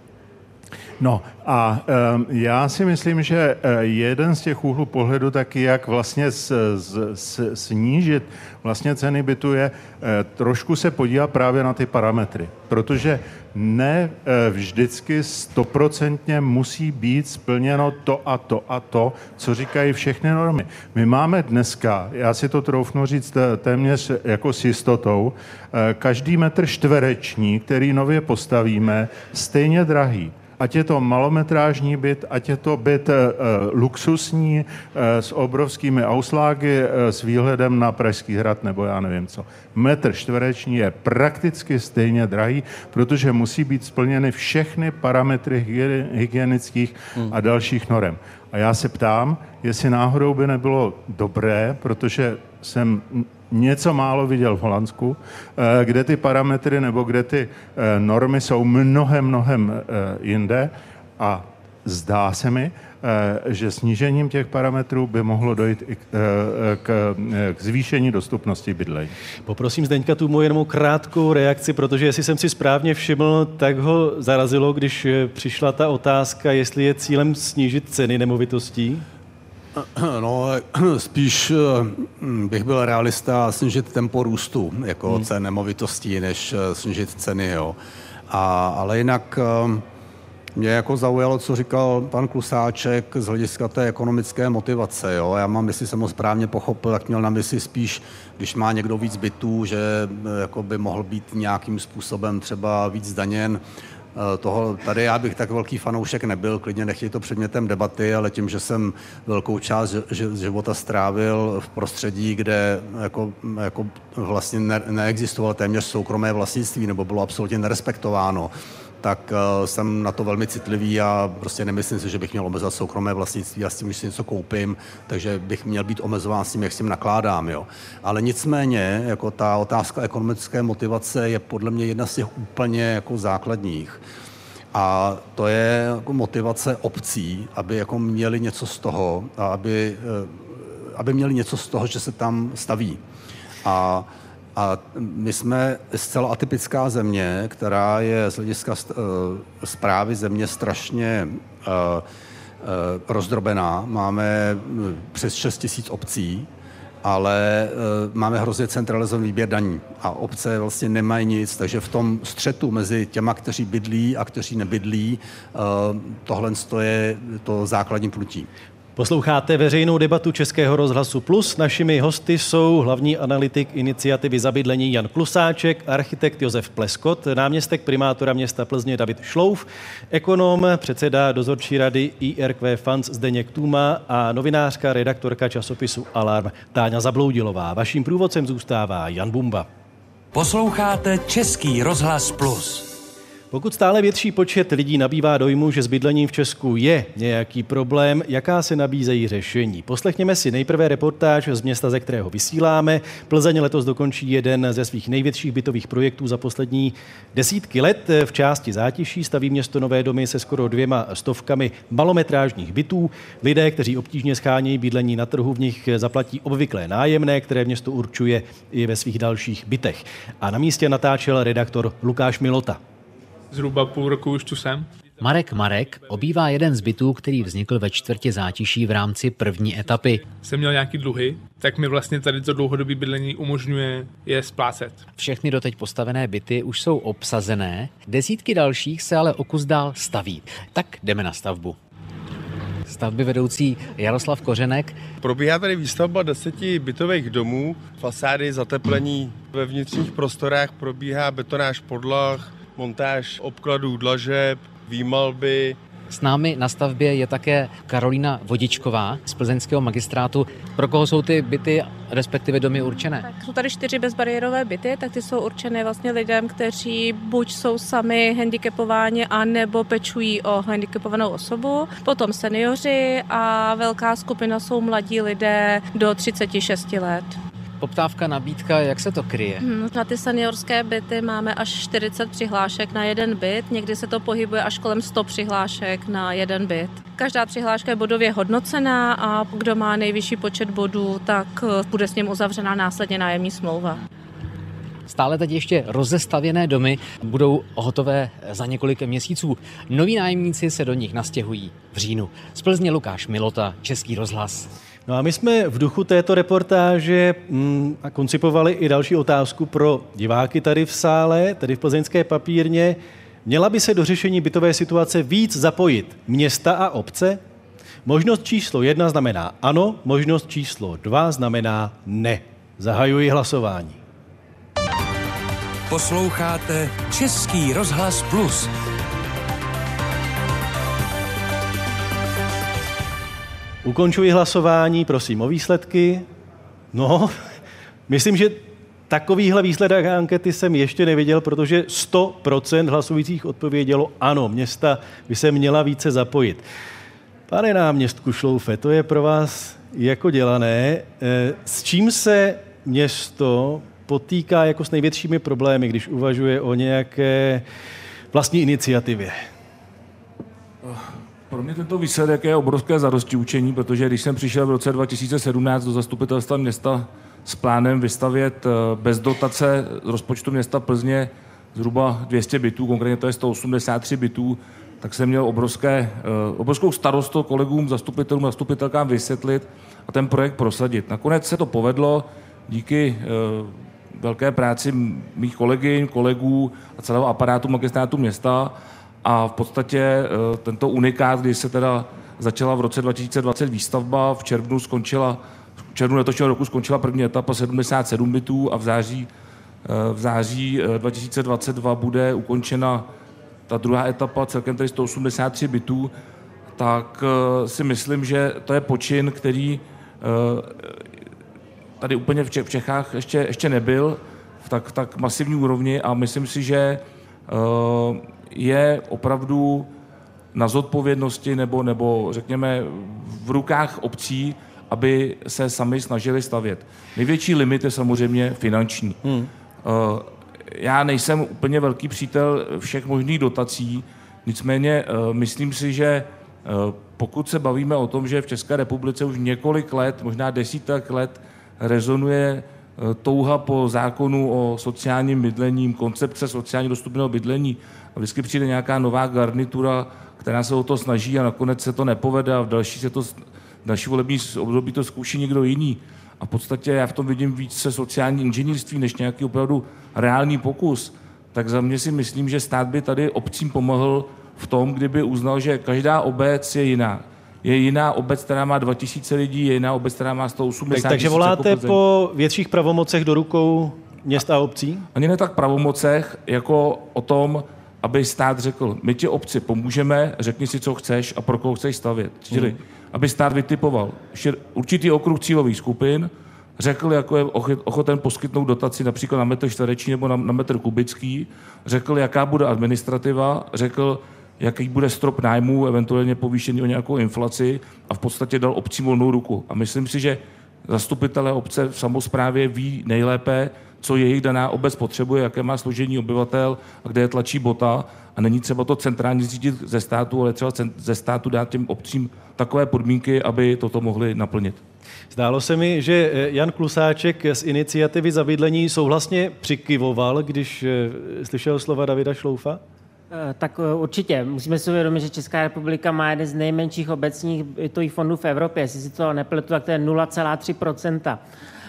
No a e, já si myslím, že jeden z těch úhlů pohledu taky, jak vlastně s, s, snížit vlastně ceny bytu je e, trošku se podívat právě na ty parametry, protože ne e, vždycky stoprocentně musí být splněno to a to a to, co říkají všechny normy. My máme dneska, já si to troufnu říct téměř jako s jistotou, e, každý metr čtvereční, který nově postavíme, stejně drahý. Ať je to malometrážní byt, ať je to byt e, luxusní e, s obrovskými auslágy e, s výhledem na Pražský hrad nebo já nevím co. Metr čtvereční je prakticky stejně drahý, protože musí být splněny všechny parametry hygienických a dalších norem. A já se ptám, jestli náhodou by nebylo dobré, protože jsem něco málo viděl v Holandsku, kde ty parametry nebo kde ty normy jsou mnohem, mnohem jinde a zdá se mi, že snížením těch parametrů by mohlo dojít i k, k, k zvýšení dostupnosti bydlení. Poprosím Zdeňka tu moji jenom krátkou reakci, protože jestli jsem si správně všiml, tak ho zarazilo, když přišla ta otázka, jestli je cílem snížit ceny nemovitostí. No, spíš bych byl realista a snížit tempo růstu jako hmm. cen nemovitostí, než snížit ceny, jo. A, ale jinak mě jako zaujalo, co říkal pan Klusáček z hlediska té ekonomické motivace, jo. Já mám, jestli jsem ho správně pochopil, tak měl na mysli spíš, když má někdo víc bytů, že jako by mohl být nějakým způsobem třeba víc zdaněn. Toho, tady já bych tak velký fanoušek nebyl, klidně nechtějí to předmětem debaty, ale tím, že jsem velkou část života strávil v prostředí, kde jako, jako vlastně ne, neexistovalo téměř soukromé vlastnictví nebo bylo absolutně nerespektováno, tak uh, jsem na to velmi citlivý a prostě nemyslím si, že bych měl omezovat soukromé vlastnictví a s tím, když si něco koupím, takže bych měl být omezován s tím, jak s tím nakládám. Jo. Ale nicméně, jako ta otázka ekonomické motivace je podle mě jedna z těch úplně jako základních. A to je jako motivace obcí, aby jako měli něco z toho, a aby, uh, aby měli něco z toho, že se tam staví. A A my jsme zcela atypická země, která je z hlediska správy země strašně rozdrobená. Máme přes šest tisíc obcí, ale máme hrozně centralizovaný výběr daní. A obce vlastně nemají nic, takže v tom střetu mezi těma, kteří bydlí a kteří nebydlí, tohle je to základní pnutí. Posloucháte veřejnou debatu Českého rozhlasu Plus. Našimi hosty jsou hlavní analytik iniciativy za bydlení Jan Klusáček, architekt Josef Pleskot, náměstek primátora města Plzně David Šlouf, ekonom, předseda dozorčí rady I R Q Funds Zdeněk Tůma a novinářka, redaktorka časopisu Alarm Táňa Zabloudilová. Vaším průvodcem zůstává Jan Bumba. Posloucháte Český rozhlas Plus. Pokud stále větší počet lidí nabývá dojmu, že s bydlením v Česku je nějaký problém, jaká se nabízejí řešení? Poslechněme si nejprve reportáž z města, ze kterého vysíláme. Plzeň letos dokončí jeden ze svých největších bytových projektů za poslední desítky let. V části Zátiší staví město nové domy se skoro dvěma stovkami malometrážních bytů. Lidé, kteří obtížně schánějí bydlení na trhu, v nich zaplatí obvyklé nájemné, které město určuje i ve svých dalších bytech. A na místě natáčel redaktor Lukáš Milota. Zhruba půl roku už tu jsem. Marek Marek obývá jeden z bytů, který vznikl ve čtvrtě Zátiší v rámci první etapy. Jsem měl nějaký dluhy, tak mi vlastně tady to dlouhodobé bydlení umožňuje je splácet. Všechny doteď postavené byty už jsou obsazené, desítky dalších se ale o kus dál staví. Tak jdeme na stavbu. stavby vedoucí Jaroslav Kořenek. Probíhá tady výstavba deseti bytových domů, fasády, zateplení ve vnitřních prostorách, probíhá betonáž podlah, montáž obkladů dlažeb, výmalby. S námi na stavbě je také Karolína Vodičková z plzeňského magistrátu. Pro koho jsou ty byty, respektive domy určené? Tak jsou tady čtyři bezbariérové byty, tak ty jsou určené vlastně lidem, kteří buď jsou sami handicapováni, anebo pečují o handicapovanou osobu. Potom seniori a velká skupina jsou mladí lidé do třicet šest let. Poptávka, nabídka, jak se to kryje? Hmm, na ty seniorské byty máme až čtyřicet přihlášek na jeden byt, někdy se to pohybuje až kolem sto přihlášek na jeden byt. Každá přihláška je bodově hodnocená a kdo má nejvyšší počet bodů, tak bude s ním uzavřená následně nájemní smlouva. Stále teď ještě rozestavěné domy budou hotové za několik měsíců. Noví nájemníci se do nich nastěhují v říjnu. Z Plzně Lukáš Milota, Český rozhlas. No a my jsme v duchu této reportáže mm, koncipovali i další otázku pro diváky tady v sále, tedy v plzeňské papírně. Měla by se do řešení bytové situace víc zapojit města a obce? Možnost číslo jedna znamená ano, možnost číslo dva znamená ne. Zahajuji hlasování. Posloucháte Český rozhlas Plus. Ukončuji hlasování, prosím o výsledky. No, myslím, že takovýhle výsledek ankety jsem ještě neviděl, protože sto procent hlasujících odpovědělo ano, města by se měla více zapojit. Pane náměstku Šloufe, to je pro vás jako dělané. S čím se město potýká jako s největšími problémy, když uvažuje o nějaké vlastní iniciativě? Pro mě tento výsledek je obrovské zadostiučení, protože když jsem přišel v roce dva tisíce sedmnáct do zastupitelstva města s plánem vystavět bez dotace z rozpočtu města Plzně zhruba dvě stě bytů, konkrétně to je sto osmdesát tři bytů, tak jsem měl obrovské, obrovskou starost kolegům, zastupitelům, zastupitelkám vysvětlit a ten projekt prosadit. Nakonec se to povedlo díky velké práci mých kolegyň, kolegů a celého aparátu magistrátu města. A v podstatě tento unikát, kdy se teda začala v roce dva tisíce dvacet výstavba, v červnu skončila, v červnu letošního roku skončila první etapa sedmdesát sedm bytů a v září, v září dva tisíce dvacet dva bude ukončena ta druhá etapa, celkem tedy sto osmdesát tři bytů, tak si myslím, že to je počin, který tady úplně v Čechách ještě, ještě nebyl v tak, tak masivní úrovni a myslím si, že je opravdu na zodpovědnosti nebo, nebo řekněme v rukách obcí, aby se sami snažili stavět. Největší limit je samozřejmě finanční. Hmm. Já nejsem úplně velký přítel všech možných dotací, nicméně myslím si, že pokud se bavíme o tom, že v České republice už několik let, možná desítek let rezonuje touha po zákonu o sociálním bydlení, koncepce sociálně dostupného bydlení a vždycky přijde nějaká nová garnitura, která se o to snaží a nakonec se to nepovede a v další, se to, v další volební období to zkouší někdo jiný. A v podstatě já v tom vidím více sociální inženýrství než nějaký opravdu reálný pokus. Tak za mě si myslím, že stát by tady obcím pomohl v tom, kdyby uznal, že každá obec je jiná. Je jiná obec, která má dva tisíce lidí, je jiná obec, která má sto osmdesát tak, takže voláte jako po větších pravomocech do rukou měst a obcí? Ani ne tak pravomocech, jako o tom, aby stát řekl, my ti obci pomůžeme, řekni si, co chceš a pro koho chceš stavět. Čili, hmm. aby stát vytipoval určitý okruh cílových skupin, řekl, jako je ochoten poskytnout dotaci například na metr čtvereční nebo na, na metr kubický, řekl, jaká bude administrativa, řekl, jaký bude strop nájmu, eventuálně povýšený o nějakou inflaci a v podstatě dal obcím volnou ruku. A myslím si, že zastupitelé obce v samosprávě ví nejlépe, co jejich daná obec potřebuje, jaké má složení obyvatel a kde je tlačí bota. A není třeba to centrálně řídit ze státu, ale třeba ze státu dát těm obcím takové podmínky, aby toto mohli naplnit. Zdálo se mi, že Jan Klusáček z iniciativy za bydlení souhlasně přikyvoval, když slyšel slova Davida Šloufa? Tak určitě. Musíme si uvědomit, že Česká republika má jeden z nejmenších obecních bytových fondů v Evropě. Jestli si to nepletu, tak to je nula celá tři procenta.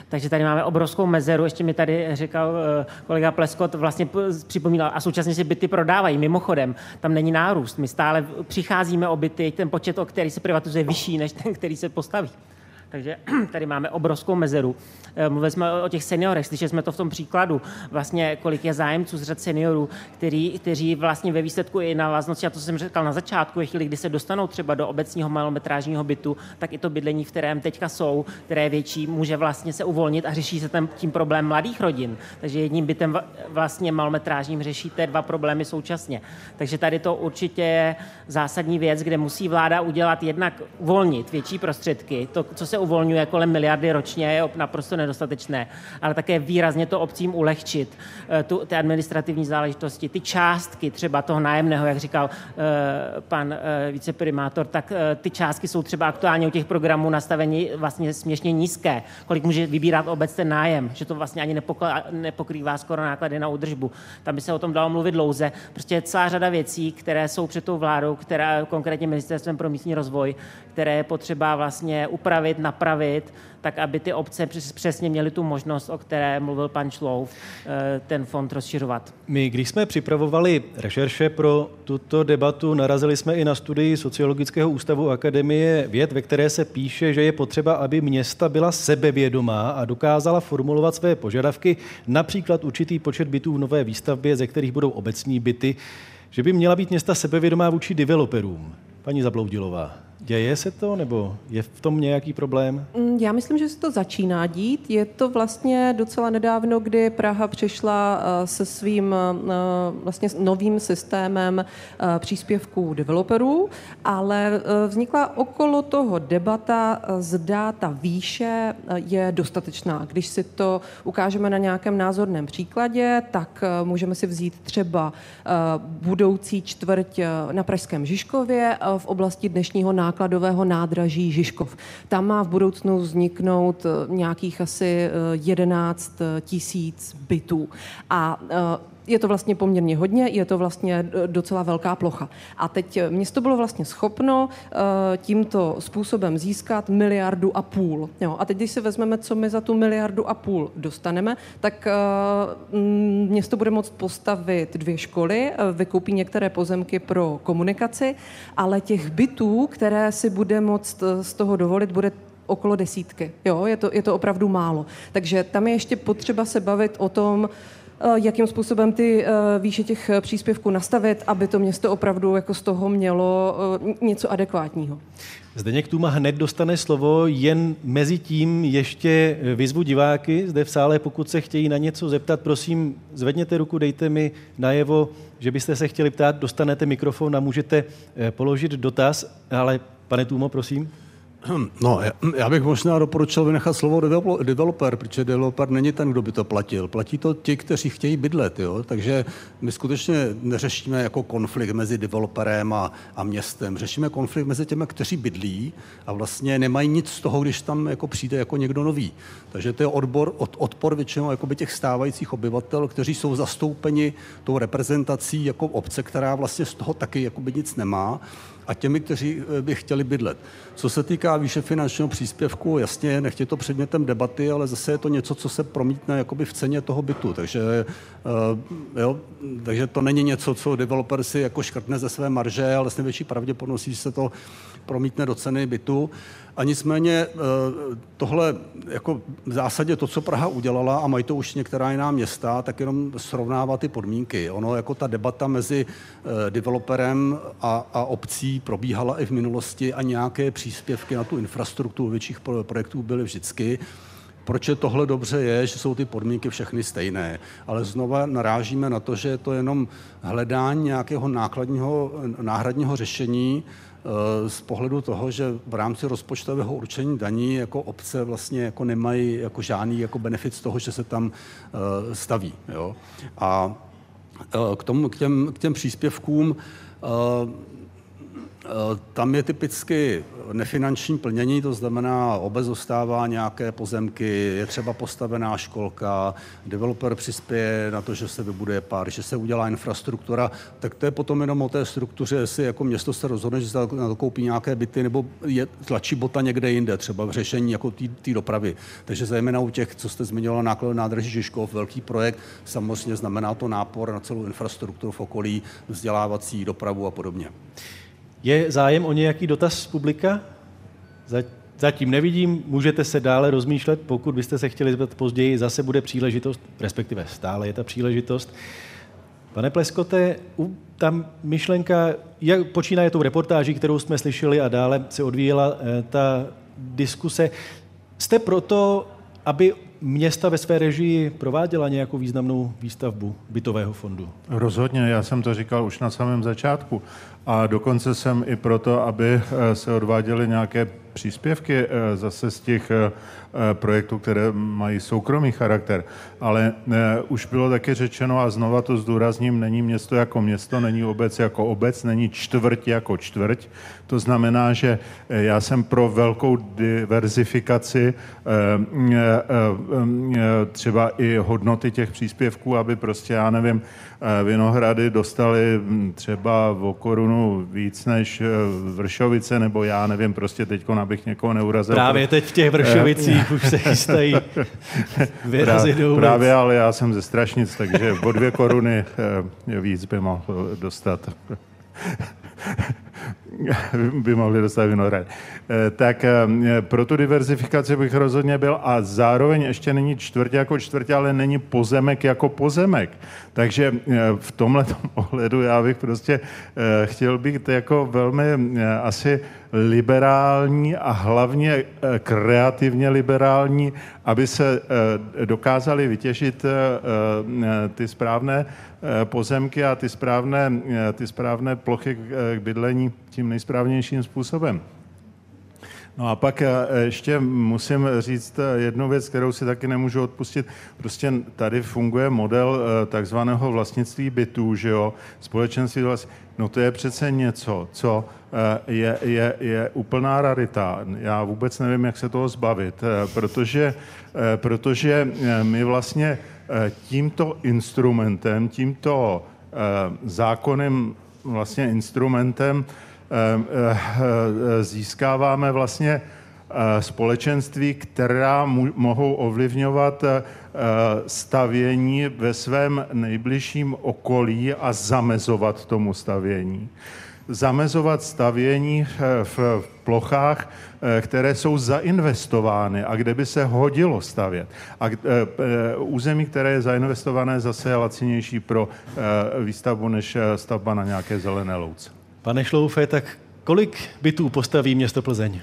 Takže tady máme obrovskou mezeru, ještě mi tady říkal kolega Pleskot, vlastně připomínal, a současně si byty prodávají. Mimochodem, tam není nárůst. My stále přicházíme o byty, ten počet, o který se privatizuje, je vyšší než ten, který se postaví. Takže tady máme obrovskou mezeru. Mluvili jsme o těch seniorech, slyšeli jsme to v tom příkladu, vlastně kolik je zájemců z řad seniorů, který, kteří vlastně ve výsledku i návaznosti, a to jsem říkal na začátku, je chvíli, kdy se dostanou třeba do obecního malometrážního bytu, tak i to bydlení, v kterém teďka jsou, které je větší, může vlastně se uvolnit a řeší se tam tím problém mladých rodin. Takže jedním bytem vlastně malometrážním řešíte dva problémy současně. Takže tady to určitě je zásadní věc, kde musí vláda udělat jednak uvolnit větší prostředky. To, co se uvolňuje kolem miliardy ročně, je naprosto nedostatečné, ale také výrazně to obcím ulehčit, tu, ty administrativní záležitosti, ty částky třeba toho nájemného, jak říkal uh, pan uh, viceprimátor, tak uh, ty částky jsou třeba aktuálně u těch programů nastavení vlastně směšně nízké. Kolik může vybírat obec ten nájem, že to vlastně ani nepokl- nepokrývá skoro náklady na údržbu. Tam by se o tom dalo mluvit dlouze. Prostě je celá řada věcí, které jsou před tou vládou, která konkrétně Ministerstvem pro místní rozvoj, které je potřeba vlastně upravit, napravit, tak aby ty obce přesně měly tu možnost, o které mluvil pan Člouf, ten fond rozšiřovat. My, když jsme připravovali rešerše pro tuto debatu, narazili jsme i na studii Sociologického ústavu Akademie věd, ve které se píše, že je potřeba, aby města byla sebevědomá a dokázala formulovat své požadavky, například určitý počet bytů v nové výstavbě, ze kterých budou obecní byty, že by měla být města sebevědomá vůči developerům. Paní Zabloudilová, děje se to, nebo je v tom nějaký problém? Já myslím, že se to začíná dít. Je to vlastně docela nedávno, kdy Praha přišla se svým vlastně novým systémem příspěvků developerů, ale vznikla okolo toho debata, zda ta výše je dostatečná. Když si to ukážeme na nějakém názorném příkladě, tak můžeme si vzít třeba budoucí čtvrť na pražském Žižkově v oblasti dnešního nákladového nádraží Žižkov. Tam má v budoucnu vzniknout nějakých asi jedenáct tisíc bytů. A je to vlastně poměrně hodně, je to vlastně docela velká plocha. A teď město bylo vlastně schopno tímto způsobem získat miliardu a půl. Jo, a teď, když si vezmeme, co my za tu miliardu a půl dostaneme, tak město bude moct postavit dvě školy, vykoupí některé pozemky pro komunikaci, ale těch bytů, které si bude moct z toho dovolit, bude okolo desítky. Jo, je to, je to opravdu málo. Takže tam je ještě potřeba se bavit o tom, jakým způsobem ty výše těch příspěvků nastavit, aby to město opravdu jako z toho mělo něco adekvátního. Zdeněk Tůma hned dostane slovo, jen mezi tím ještě vyzvu diváky zde v sále, pokud se chtějí na něco zeptat, prosím, zvedněte ruku, dejte mi najevo, že byste se chtěli ptát, dostanete mikrofon a můžete položit dotaz, ale pane Tůmo, prosím. No, já bych možná doporučil vynechat slovo developer, protože developer není ten, kdo by to platil. Platí to ti, kteří chtějí bydlet, jo? Takže my skutečně neřešíme jako konflikt mezi developerem a, a městem. Řešíme konflikt mezi těmi, kteří bydlí a vlastně nemají nic z toho, když tam jako přijde jako někdo nový. Takže to je odbor, od, odpor většinou jakoby těch stávajících obyvatel, kteří jsou zastoupeni tou reprezentací jako obce, která vlastně z toho taky jakoby nic nemá, a těmi, kteří by chtěli bydlet. Co se týká výše finančního příspěvku, jasně, nechť je to předmětem debaty, ale zase je to něco, co se promítne jakoby v ceně toho bytu. Takže, jo, takže to není něco, co developer si jako škrtne ze své marže, ale s největší pravděpodobností se to promítne do ceny bytu. A nicméně tohle jako v zásadě to, co Praha udělala, a mají to už některá jiná města, tak jenom srovnává ty podmínky. Ono jako ta debata mezi developerem a, a obcí probíhala i v minulosti a nějaké příspěvky na tu infrastrukturu větších projektů byly vždycky. Proč je tohle dobře je, že jsou ty podmínky všechny stejné. Ale znova narážíme na to, že je to jenom hledání nějakého nákladního, náhradního řešení z pohledu toho, že v rámci rozpočtového určení daní jako obce vlastně jako nemají jako žádný jako benefit z toho, že se tam staví. Jo? A k tomu, k těm, k těm příspěvkům Tam je typicky nefinanční plnění, to znamená, obec dostává nějaké pozemky, je třeba postavená školka, developer přispěje na to, že se vybuduje park, že se udělá infrastruktura, tak to je potom jenom o té struktuře, jestli jako město se rozhodne, že se na to koupí nějaké byty, nebo je, tlačí bota někde jinde, třeba v řešení jako té dopravy. Takže zejména u těch, co jste zmiňovala, náklad nádraží Žižkov, velký projekt, samozřejmě znamená to nápor na celou infrastrukturu v okolí, vzdělávací, dopravu a podobně. Je zájem o nějaký dotaz z publika? Zatím nevidím, můžete se dále rozmýšlet, pokud byste se chtěli zeptat později, zase bude příležitost, respektive stále je ta příležitost. Pane Pleskote, tam myšlenka, jak počínaje tou reportáží, kterou jsme slyšeli a dále se odvíjela ta diskuse. Jste proto, aby města ve své režii prováděla nějakou významnou výstavbu bytového fondu? Rozhodně, já jsem to říkal už na samém začátku. A dokonce jsem i proto, aby se odváděly nějaké příspěvky zase z těch projektů, které mají soukromý charakter. Ale už bylo taky řečeno, a znova to zdůrazním, není město jako město, není obec jako obec, není čtvrť jako čtvrť. To znamená, že já jsem pro velkou diverzifikaci třeba i hodnoty těch příspěvků, aby prostě, já nevím, Vinohrady dostaly třeba o korunu víc než Vršovice, nebo já nevím, prostě teďko, abych někoho neurazil. Právě teď v těch Vršovicích už se chystají vyrazit do ulic. Právě, ale já jsem ze Strašnic, takže o dvě koruny víc by mohl dostat. by mohli dostat Vinohrady. Tak pro tu diverzifikaci bych rozhodně byl a zároveň ještě není čtvrtě jako čtvrtě, ale není pozemek jako pozemek. Takže v tomhletom ohledu já bych prostě chtěl být jako velmi asi liberální a hlavně kreativně liberální, aby se dokázali vytěžit ty správné pozemky a ty správné, ty správné plochy k bydlení tím nejsprávnějším způsobem. No a pak ještě musím říct jednu věc, kterou si taky nemůžu odpustit. Prostě tady funguje model takzvaného vlastnictví bytů, že jo, společenství vlastnictví. No to je přece něco, co je, je, je úplná rarita. Já vůbec nevím, jak se toho zbavit, protože, protože my vlastně tímto instrumentem, tímto zákonným vlastně instrumentem získáváme vlastně společenství, která mohou ovlivňovat stavění ve svém nejbližším okolí a zamezovat tomu stavění. Zamezovat stavění v plochách, které jsou zainvestovány a kde by se hodilo stavět. A území, které je zainvestované, zase je lacinější pro výstavbu než stavba na nějaké zelené louce. Pane Šloufe, tak kolik bytů postaví město Plzeň?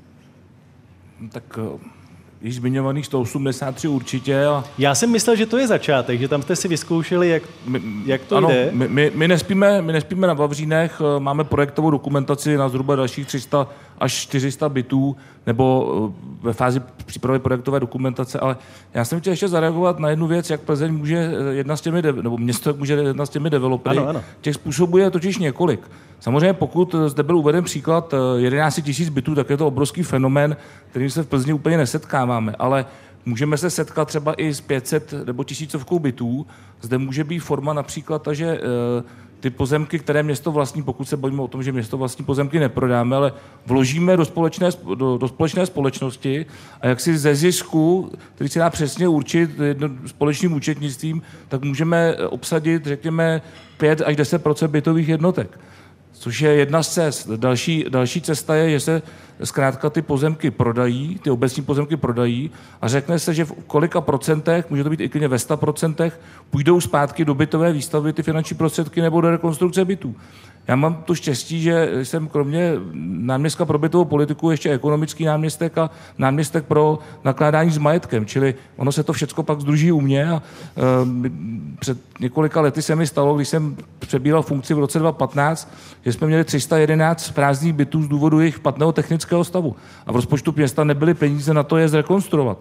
Tak již zmiňovaných sto osmdesát tři určitě. A... Já jsem myslel, že to je začátek, že tam jste si vyzkoušeli, jak, my, jak to ano, jde. My, my, my, nespíme, my nespíme na Vavřínech, máme projektovou dokumentaci na zhruba dalších tři sta až čtyři sta bytů, nebo ve fázi přípravy projektové dokumentace, ale já jsem chtěl ještě zareagovat na jednu věc, jak Plzeň může jedna s těmi, nebo město může jedna s těmi developery. Ano, ano. Těch způsobů je totiž několik. Samozřejmě pokud zde byl uveden příklad jedenáct tisíc bytů, tak je to obrovský fenomén, kterým se v Plzni úplně nesetkáváme, ale můžeme se setkat třeba i s pět set nebo tisícovkou bytů. Zde může být forma například ta, že ty pozemky, které město vlastní, pokud se bavíme o tom, že město vlastní pozemky neprodáme, ale vložíme do společné, do, do společné společnosti a jak si ze zisku, který se dá přesně určit jedno, společným účetnictvím, tak můžeme obsadit, řekněme, pět až deset procent bytových jednotek. Což je jedna z cest. Další, další cesta je, že se zkrátka ty pozemky prodají, ty obecní pozemky prodají a řekne se, že v kolika procentech, může to být i klidně ve sto procentech, půjdou zpátky do bytové výstavby ty finanční prostředky nebo do rekonstrukce bytů. Já mám to štěstí, že jsem kromě náměstka pro bytovou politiku ještě ekonomický náměstek a náměstek pro nakládání s majetkem, čili ono se to všecko pak združí u mě a e, před několika lety se mi stalo, když jsem přebíral funkci v roce dva tisíce patnáct, že jsme měli tři sta jedenáct prázdných bytů z důvodu jejich špatného technického stavu a v rozpočtu města nebyly peníze na to je zrekonstruovat.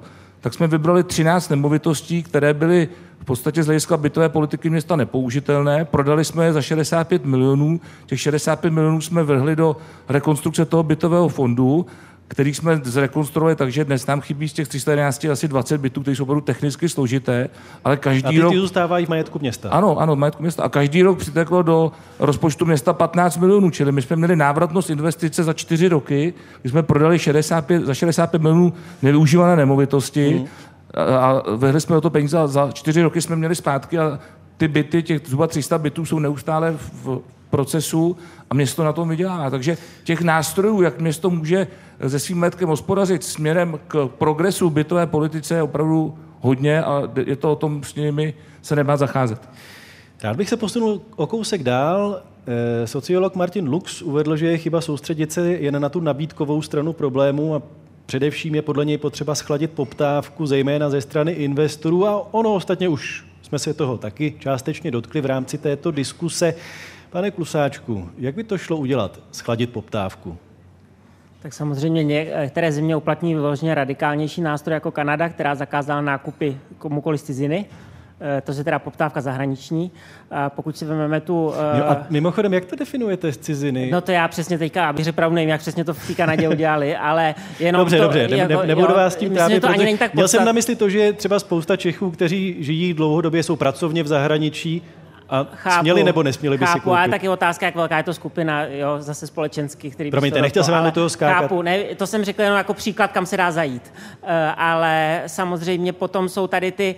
tak jsme vybrali třináct nemovitostí, které byly v podstatě z hlediska bytové politiky města nepoužitelné. Prodali jsme je za šedesát pět milionů. Těch šedesát pět milionů jsme vrhli do rekonstrukce toho bytového fondu, který jsme zrekonstruovali, takže dnes nám chybí z těch tři sta jedenáct asi dvacet bytů, které jsou opravdu technicky složité, ale každý a ty, rok... ty zůstávají v majetku města. Ano, ano, v majetku města. A každý rok přiteklo do rozpočtu města patnáct milionů, čili my jsme měli návratnost investice za čtyři roky, kdy jsme prodali šedesát pět, za šedesát pět milionů nevyužívané nemovitosti mm. a, a vrhli jsme do toho peníze a za čtyři roky jsme měli zpátky a ty byty, těch zhruba tři sta bytů jsou neustále v procesu a město na tom vydělá. Takže těch nástrojů, jak město může se svým majetkem hospodařit směrem k progresu bytové politice je opravdu hodně a je to o tom, s nimi se nemá zacházet. Rád bych se posunul o kousek dál. Sociolog Martin Lux uvedl, že je chyba soustředit se jen na tu nabídkovou stranu problému a především je podle něj potřeba schladit poptávku, zejména ze strany investorů a ono ostatně už jsme se toho taky částečně dotkli v rámci této diskuse. Pane Klusáčku, jak by to šlo udělat, schladit poptávku? Tak samozřejmě některé země uplatní vyloženě radikálnější nástroj jako Kanada, která zakázala nákupy komukoliv z ciziny. To je teda poptávka zahraniční. A pokud si vezmeme tu... Jo, a mimochodem, jak to definujete z ciziny? No to já přesně teďka, abych řekl pravdu, nevím, jak přesně to v té Kanadě udělali, ale jenom dobře, to... Dobře, ne, jako, ne, nebudu jo, vás s tím trávit, to ani není tak měl podstat... jsem na mysli to, že třeba spousta Čechů, kteří žijí dlouhodobě, jsou pracovně v zahraničí, a chápu, směli nebo nesměli by chápu, si koupit? Ale taky otázka, jak velká je to skupina, jo, zase společensky, který Promiňte, nechtěl jsem vám do toho skákat. Chápu, ne, to jsem řekl jenom jako příklad, kam se dá zajít. Uh, ale samozřejmě potom jsou tady ty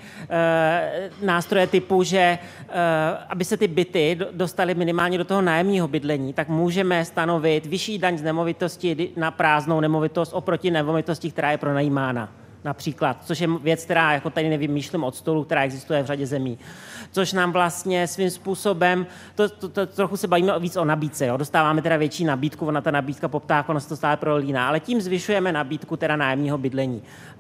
uh, nástroje typu, že uh, aby se ty byty dostaly minimálně do toho nájemního bydlení, tak můžeme stanovit vyšší daň z nemovitosti na prázdnou nemovitost oproti nemovitosti, která je pronajímána. Například, což je věc, která jako tady nevymýšlím od stolu, která existuje v řadě zemí. Což nám vlastně svým způsobem, to, to, to trochu se bavíme víc o nabídce, jo? Dostáváme teda větší nabídku, ona ta nabídka poptávka, ona se to stále prolíná, ale tím zvyšujeme nabídku teda nájemního bydlení.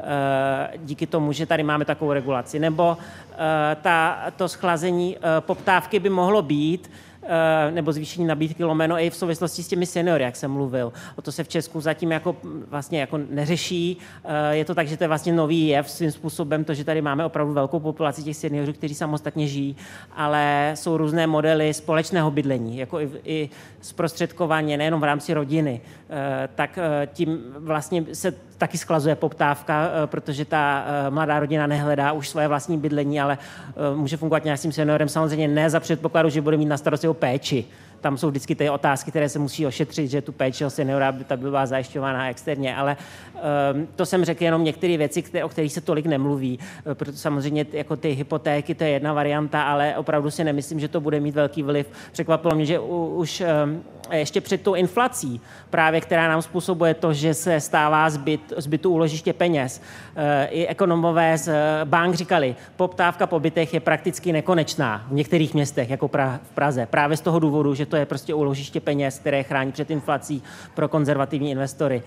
E, díky tomu, že tady máme takovou regulaci. Nebo e, ta, to schlazení e, poptávky by mohlo být, nebo zvýšení nabídky lomeno i v souvislosti s těmi seniory, jak jsem mluvil. O to se v Česku zatím jako vlastně jako neřeší. Je to tak, že to je vlastně nový jev svým způsobem, to, že tady máme opravdu velkou populaci těch seniorů, kteří samostatně žijí, ale jsou různé modely společného bydlení, jako i, i zprostředkovaně, nejenom v rámci rodiny. Tak tím vlastně se taky sklazuje poptávka, protože ta mladá rodina nehledá už svoje vlastní bydlení, ale může fungovat nějakým seniorem, samozřejmě ne za předpokladu, že bude mít na starosti o péči. Tam jsou vždycky ty otázky, které se musí ošetřit, že tu péči o seniora by ta byla zajišťována externě, ale um, to jsem řekl jenom některé věci, které, o kterých se tolik nemluví, protože samozřejmě jako ty hypotéky, to je jedna varianta, ale opravdu si nemyslím, že to bude mít velký vliv. Překvapilo mě, že u, už um, ještě před tou inflací, právě která nám způsobuje to, že se stává zbyt, zbytu úložiště peněz. E, I ekonomové z bank říkali, poptávka po bytech je prakticky nekonečná v některých městech, jako pra, v Praze. Právě z toho důvodu, že to je prostě úložiště peněz, které chrání před inflací pro konzervativní investory.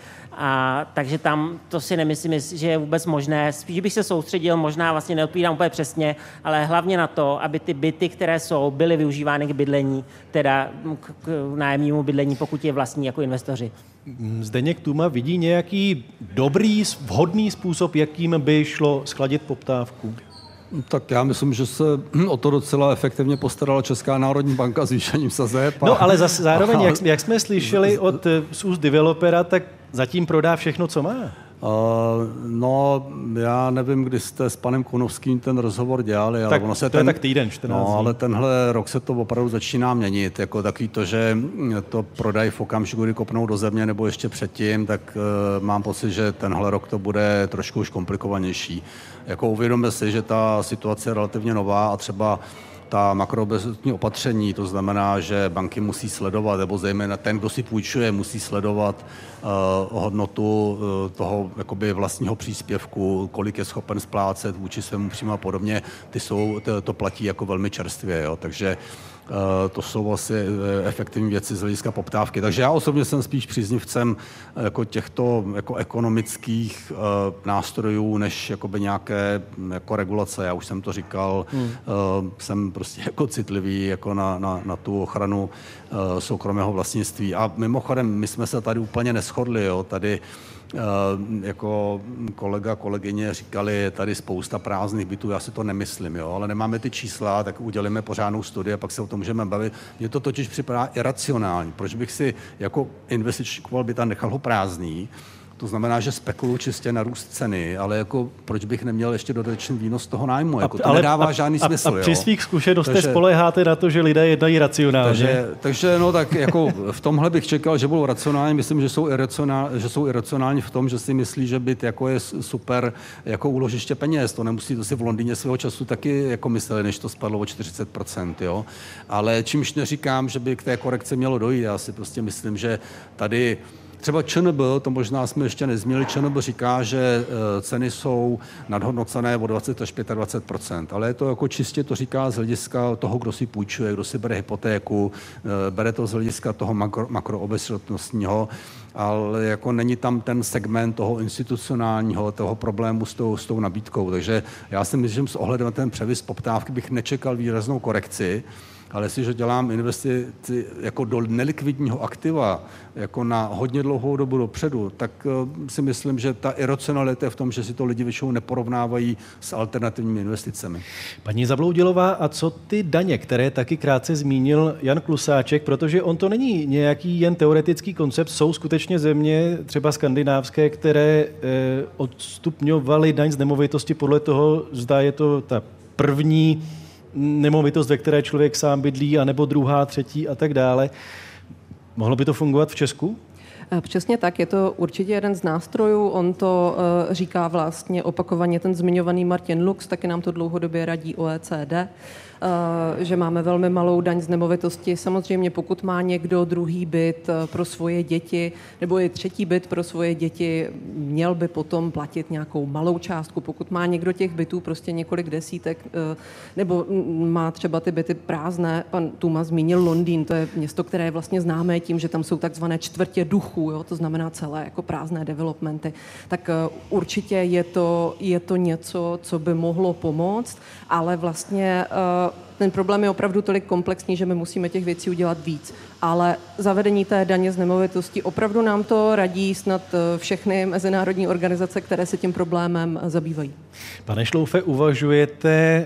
A takže tam to si nemyslím, že je vůbec možné. Spíš bych se soustředil, možná vlastně neodpovídám úplně přesně, ale hlavně na to, aby ty byty, které jsou, byly využívány k bydlení, teda k, k nájemnímu bydlení, pokud je vlastní jako investoři. Zdeněk Tuma vidí nějaký dobrý, vhodný způsob, jakým by šlo schladit poptávku? Tak já myslím, že se o to docela efektivně postarala Česká národní banka zvýšením sazeb. No ale zase zároveň, jak, jak jsme slyšeli od z úst developera, tak zatím prodá všechno, co má. Uh, no, já nevím, kdy jste s panem Konovským ten rozhovor dělali, ale tak ono se to ten, je tak týden, čtrnáct no, ale tenhle rok se to opravdu začíná měnit, jako takový to, že to prodají v okamžiku, kdy kopnou do země, nebo ještě předtím, tak uh, mám pocit, že tenhle rok to bude trošku už komplikovanější. Jako uvědomme si, že ta situace je relativně nová a třeba ta makroobezřetnostní opatření, to znamená, že banky musí sledovat, nebo zejména ten, kdo si půjčuje, musí sledovat uh, hodnotu uh, toho jakoby vlastního příspěvku, kolik je schopen splácet vůči svému příjmu a podobně. Ty jsou, to, to platí jako velmi čerstvě, jo. Takže uh, to jsou vlastně efektivní věci z hlediska poptávky. Takže já osobně jsem spíš příznivcem jako těchto jako ekonomických uh, nástrojů, než jakoby nějaké jako regulace. Já už jsem to říkal, hmm. uh, jsem prostě jako citlivý jako na, na, na tu ochranu uh, soukromého vlastnictví. A mimochodem, my jsme se tady úplně neshodli, jo. Tady jako kolega, kolegyně říkali, je tady spousta prázdných bytů, já si to nemyslím, jo, ale nemáme ty čísla, tak udělíme pořádnou studii a pak se o tom můžeme bavit. Mně to totiž připadá iracionální. Proč bych si jako investiční kupoval byt a nechal ho prázdný? To znamená, že spekuluju čistě na růst ceny, ale jako proč bych neměl ještě dodatečný výnos toho nájmu? Jako to ale, nedává a, žádný a, smysl. A při svých zkušenostech takže, spoléháte na to, že lidé jednají racionálně. Takže, takže no tak jako v tomhle bych čekal, že budou racionální. Myslím, že jsou, iracionál, že jsou iracionální v tom, že si myslí, že byt jako je super jako úložiště peněz. To nemusí, to si v Londýně svého času taky jako mysleli, než to spadlo o čtyřicet procent. Jo? Ale čímž neříkám, že by k té korekci mělo dojít. Já si prostě myslím, že tady třeba ČNB, to možná jsme ještě nezmínili, ČNB říká, že ceny jsou nadhodnocené o dvacet až dvacet pět procent, ale je to jako čistě to říká z hlediska toho, kdo si půjčuje, kdo si bere hypotéku, bere to z hlediska toho makro, makroobezřetnostního, ale jako není tam ten segment toho institucionálního, toho problému s tou, s tou nabídkou. Takže já si myslím, že s ohledem na ten převis poptávky bych nečekal výraznou korekci, ale jestliže dělám investici jako do nelikvidního aktiva, jako na hodně dlouhou dobu dopředu, tak si myslím, že ta iracionalita je v tom, že si to lidi většinou neporovnávají s alternativními investicemi. Paní Zabloudilová, a co ty daně, které taky krátce zmínil Jan Klusáček, protože on to není nějaký jen teoretický koncept, jsou skutečně země, třeba skandinávské, které eh, odstupňovaly daň z nemovitosti podle toho, zda je to ta první nemovitost, ve které člověk sám bydlí, anebo druhá, třetí a tak dále. Mohlo by to fungovat v Česku? Přesně tak, je to určitě jeden z nástrojů, on to uh, říká vlastně opakovaně ten zmiňovaný Martin Lux, taky nám to dlouhodobě radí O E C D, uh, že máme velmi malou daň z nemovitosti. Samozřejmě pokud má někdo druhý byt uh, pro svoje děti, nebo i třetí byt pro svoje děti, měl by potom platit nějakou malou částku. Pokud má někdo těch bytů prostě několik desítek, uh, nebo má třeba ty byty prázdné, pan Tuma zmínil Londýn, to je město, které je vlastně známé tím, že tam jsou takzvané čtvrtě duchů, jo, to znamená celé jako prázdné developmenty, tak uh, určitě je to, je to něco, co by mohlo pomoct, ale vlastně uh, ten problém je opravdu tolik komplexní, že my musíme těch věcí udělat víc. Ale zavedení té daně z nemovitosti, opravdu nám to radí snad všechny mezinárodní organizace, které se tím problémem zabývají. Pane Šloufe, uvažujete,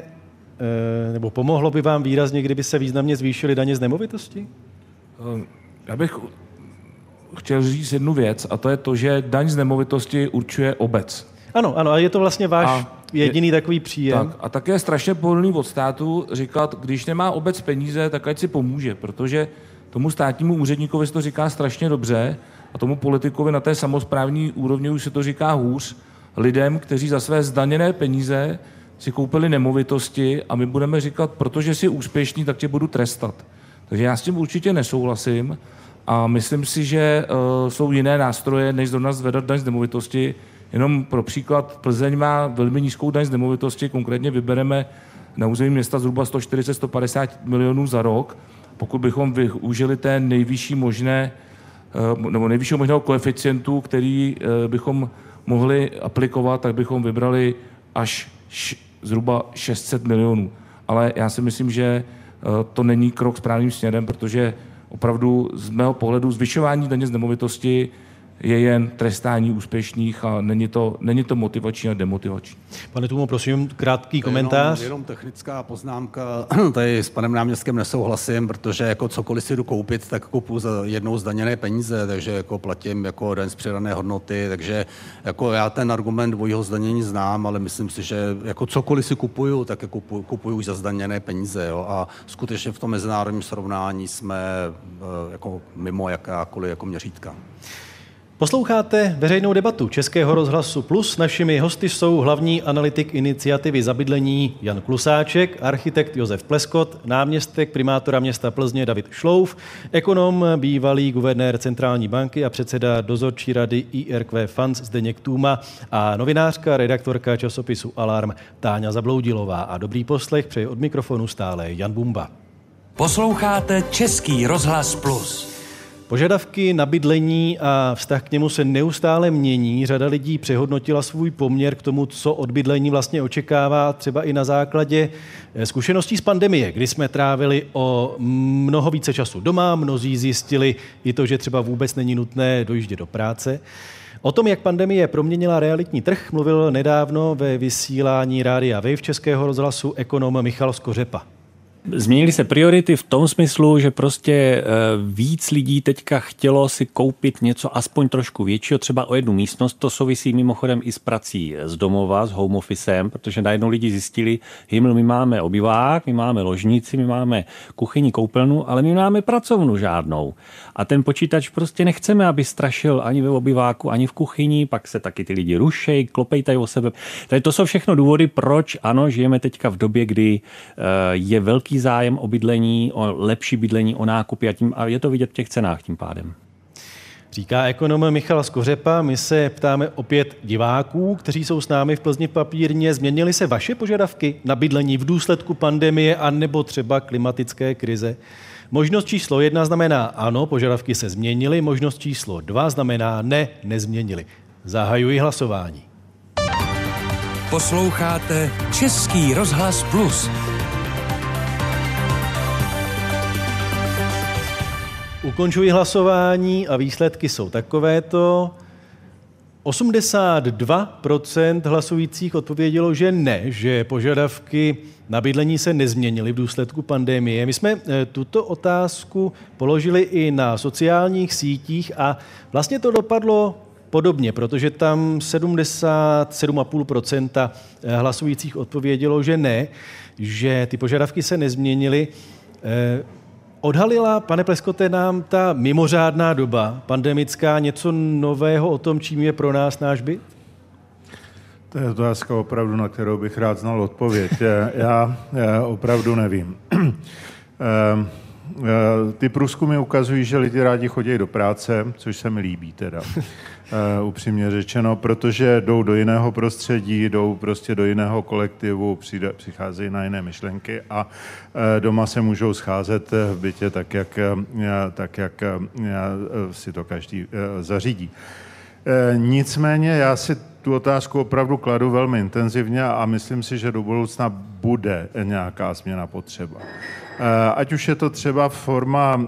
nebo pomohlo by vám výrazně, kdyby se významně zvýšily daně z nemovitosti? Já bych chtěl říct jednu věc, a to je to, že daň z nemovitosti určuje obec. Ano, ano, a je to vlastně váš a jediný je, takový příjem. Tak, a také je strašně pohodlný od státu říkat, když nemá obec peníze, tak ať si pomůže, protože tomu státnímu úředníkovi se to říká strašně dobře a tomu politikovi na té samosprávní úrovni už se to říká hůř. Lidem, kteří za své zdaněné peníze si koupili nemovitosti a my budeme říkat, protože jsi úspěšný, tak tě budu trestat. Takže já s tím určitě nesouhlasím a myslím si, že uh, jsou jiné nástroje, než zrovna zvedat daň z nemovitosti. Jenom pro příklad, Plzeň má velmi nízkou daň z nemovitosti, konkrétně vybereme na území města zhruba sto čtyřicet až sto padesát milionů za rok. Pokud bychom využili té nejvyšší možné, nebo nejvyššího možného koeficientu, který bychom mohli aplikovat, tak bychom vybrali až zhruba šest set milionů. Ale já si myslím, že to není krok správným směrem, protože opravdu z mého pohledu zvyšování daně z nemovitosti je jen trestání úspěšných a není to, není to motivační a demotivační. Pane Tumo, prosím, krátký komentář. Jenom, jenom technická poznámka. Tady s panem náměstkem nesouhlasím, protože jako cokoliv si jdu koupit, tak kupuji za jednou zdaněné peníze, takže jako platím jako daň z přidané hodnoty, takže jako já ten argument dvojího zdanění znám, ale myslím si, že jako cokoliv si kupuju, tak kupuju, kupuju už za zdaněné peníze. Jo? A skutečně v tom mezinárodním srovnání jsme jako mimo jakákoliv jako měřítka. Posloucháte veřejnou debatu Českého rozhlasu Plus. Našimi hosty jsou hlavní analytik iniciativy Zabydlení Jan Klusáček, architekt Josef Pleskot, náměstek primátora města Plzně David Šlouf, ekonom, bývalý guvernér centrální banky a předseda dozorčí rady I R Q Funds Zdeněk Tůma a novinářka, redaktorka časopisu Alarm Táňa Zabloudilová. A dobrý poslech přeje od mikrofonu stále Jan Bumba. Posloucháte Český rozhlas Plus. Požadavky na bydlení a vztah k němu se neustále mění. Řada lidí přehodnotila svůj poměr k tomu, co od bydlení vlastně očekává, třeba i na základě zkušeností z pandemie, kdy jsme trávili o mnoho více času doma. Mnozí zjistili i to, že třeba vůbec není nutné dojíždět do práce. O tom, jak pandemie proměnila realitní trh, mluvil nedávno ve vysílání Rádia Wave Českého rozhlasu ekonom Michal Skořepa. Změnily se priority v tom smyslu, že prostě víc lidí teďka chtělo si koupit něco aspoň trošku většího, třeba o jednu místnost. To souvisí mimochodem i s prací z domova, s home officem, protože najednou lidi zjistili, hyml, my máme obyvák, my máme ložnici, my máme kuchyni, koupelnu, ale my máme pracovnu žádnou. A ten počítač prostě nechceme, aby strašil ani ve obyváku, ani v kuchyni, pak se taky ty lidi rušej, klopejtají o sebe. Takže to jsou všechno důvody, proč ano, žijeme teďka v době, kdy je velký zájem o bydlení, o lepší bydlení, o nákupy a, tím, a je to vidět v těch cenách tím pádem. Říká ekonom Michal Skořepa. My se ptáme opět diváků, kteří jsou s námi v Plzni v papírně. Změnily se vaše požadavky na bydlení v důsledku pandemie a nebo třeba klimatické krize? Možnost číslo jedna znamená ano, požadavky se změnily. Možnost číslo dva znamená ne, nezměnily. Zahajuji hlasování. Posloucháte Český rozhlas Plus. Ukončuji hlasování a výsledky jsou takovéto. osmdesát dva procent hlasujících odpovědělo, že ne, že požadavky na bydlení se nezměnily v důsledku pandemie. My jsme tuto otázku položili i na sociálních sítích a vlastně to dopadlo podobně, protože tam sedmdesát sedm celá pět procenta hlasujících odpovědělo, že ne, že ty požadavky se nezměnily. Odhalila, pane Pleskote, nám ta mimořádná doba pandemická něco nového o tom, čím je pro nás náš byt? To je otázka opravdu, na kterou bych rád znal odpověď. Já, já opravdu nevím. Ty průzkumy ukazují, že lidi rádi chodí do práce, což se mi líbí teda, upřímně řečeno, protože jdou do jiného prostředí, jdou prostě do jiného kolektivu, přijde, přicházejí na jiné myšlenky a doma se můžou scházet v bytě tak, jak, tak, jak si to každý zařídí. Nicméně já si tu otázku opravdu kladu velmi intenzivně a myslím si, že do budoucna bude nějaká změna potřeba. Ať už je to třeba forma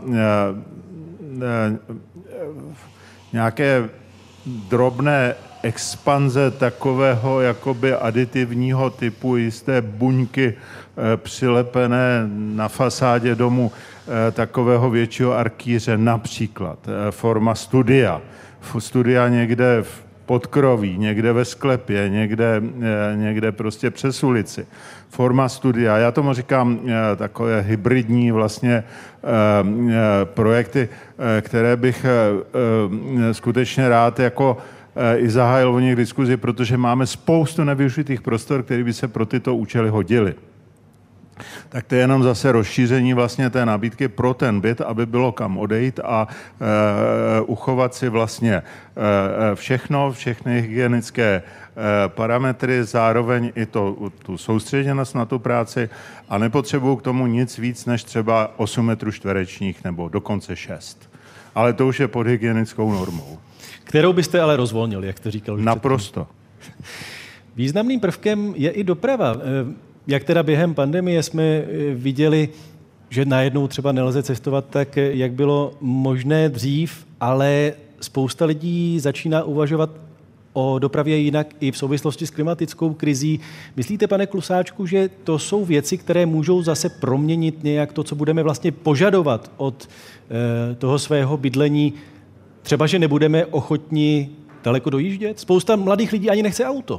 nějaké drobné expanze takového jakoby aditivního typu jisté buňky přilepené na fasádě domu takového většího arkýře, například forma studia. Studia někde v podkroví, někde ve sklepě, někde, někde prostě přes ulici. Forma studia. Já tomu říkám takové hybridní vlastně projekty, které bych skutečně rád jako i zahájil o nich diskuzi, protože máme spoustu nevyužitých prostor, které by se pro tyto účely hodily. Tak to je jenom zase rozšíření vlastně té nabídky pro ten byt, aby bylo kam odejít a e, uchovat si vlastně e, všechno, všechny hygienické e, parametry, zároveň i to, tu soustředěnost na tu práci a nepotřebuju k tomu nic víc než třeba osm metrů čtverečních nebo dokonce šest. Ale to už je pod hygienickou normou. Kterou byste ale rozvolnili, jak to říkal? Naprosto. Významným prvkem je i doprava. Jak teda během pandemie jsme viděli, že najednou třeba nelze cestovat tak, jak bylo možné dřív, ale spousta lidí začíná uvažovat o dopravě jinak i v souvislosti s klimatickou krizí. Myslíte, pane Klusáčku, že to jsou věci, které můžou zase proměnit nějak to, co budeme vlastně požadovat od eh, toho svého bydlení? Třeba, že nebudeme ochotni daleko dojíždět? Spousta mladých lidí ani nechce auto.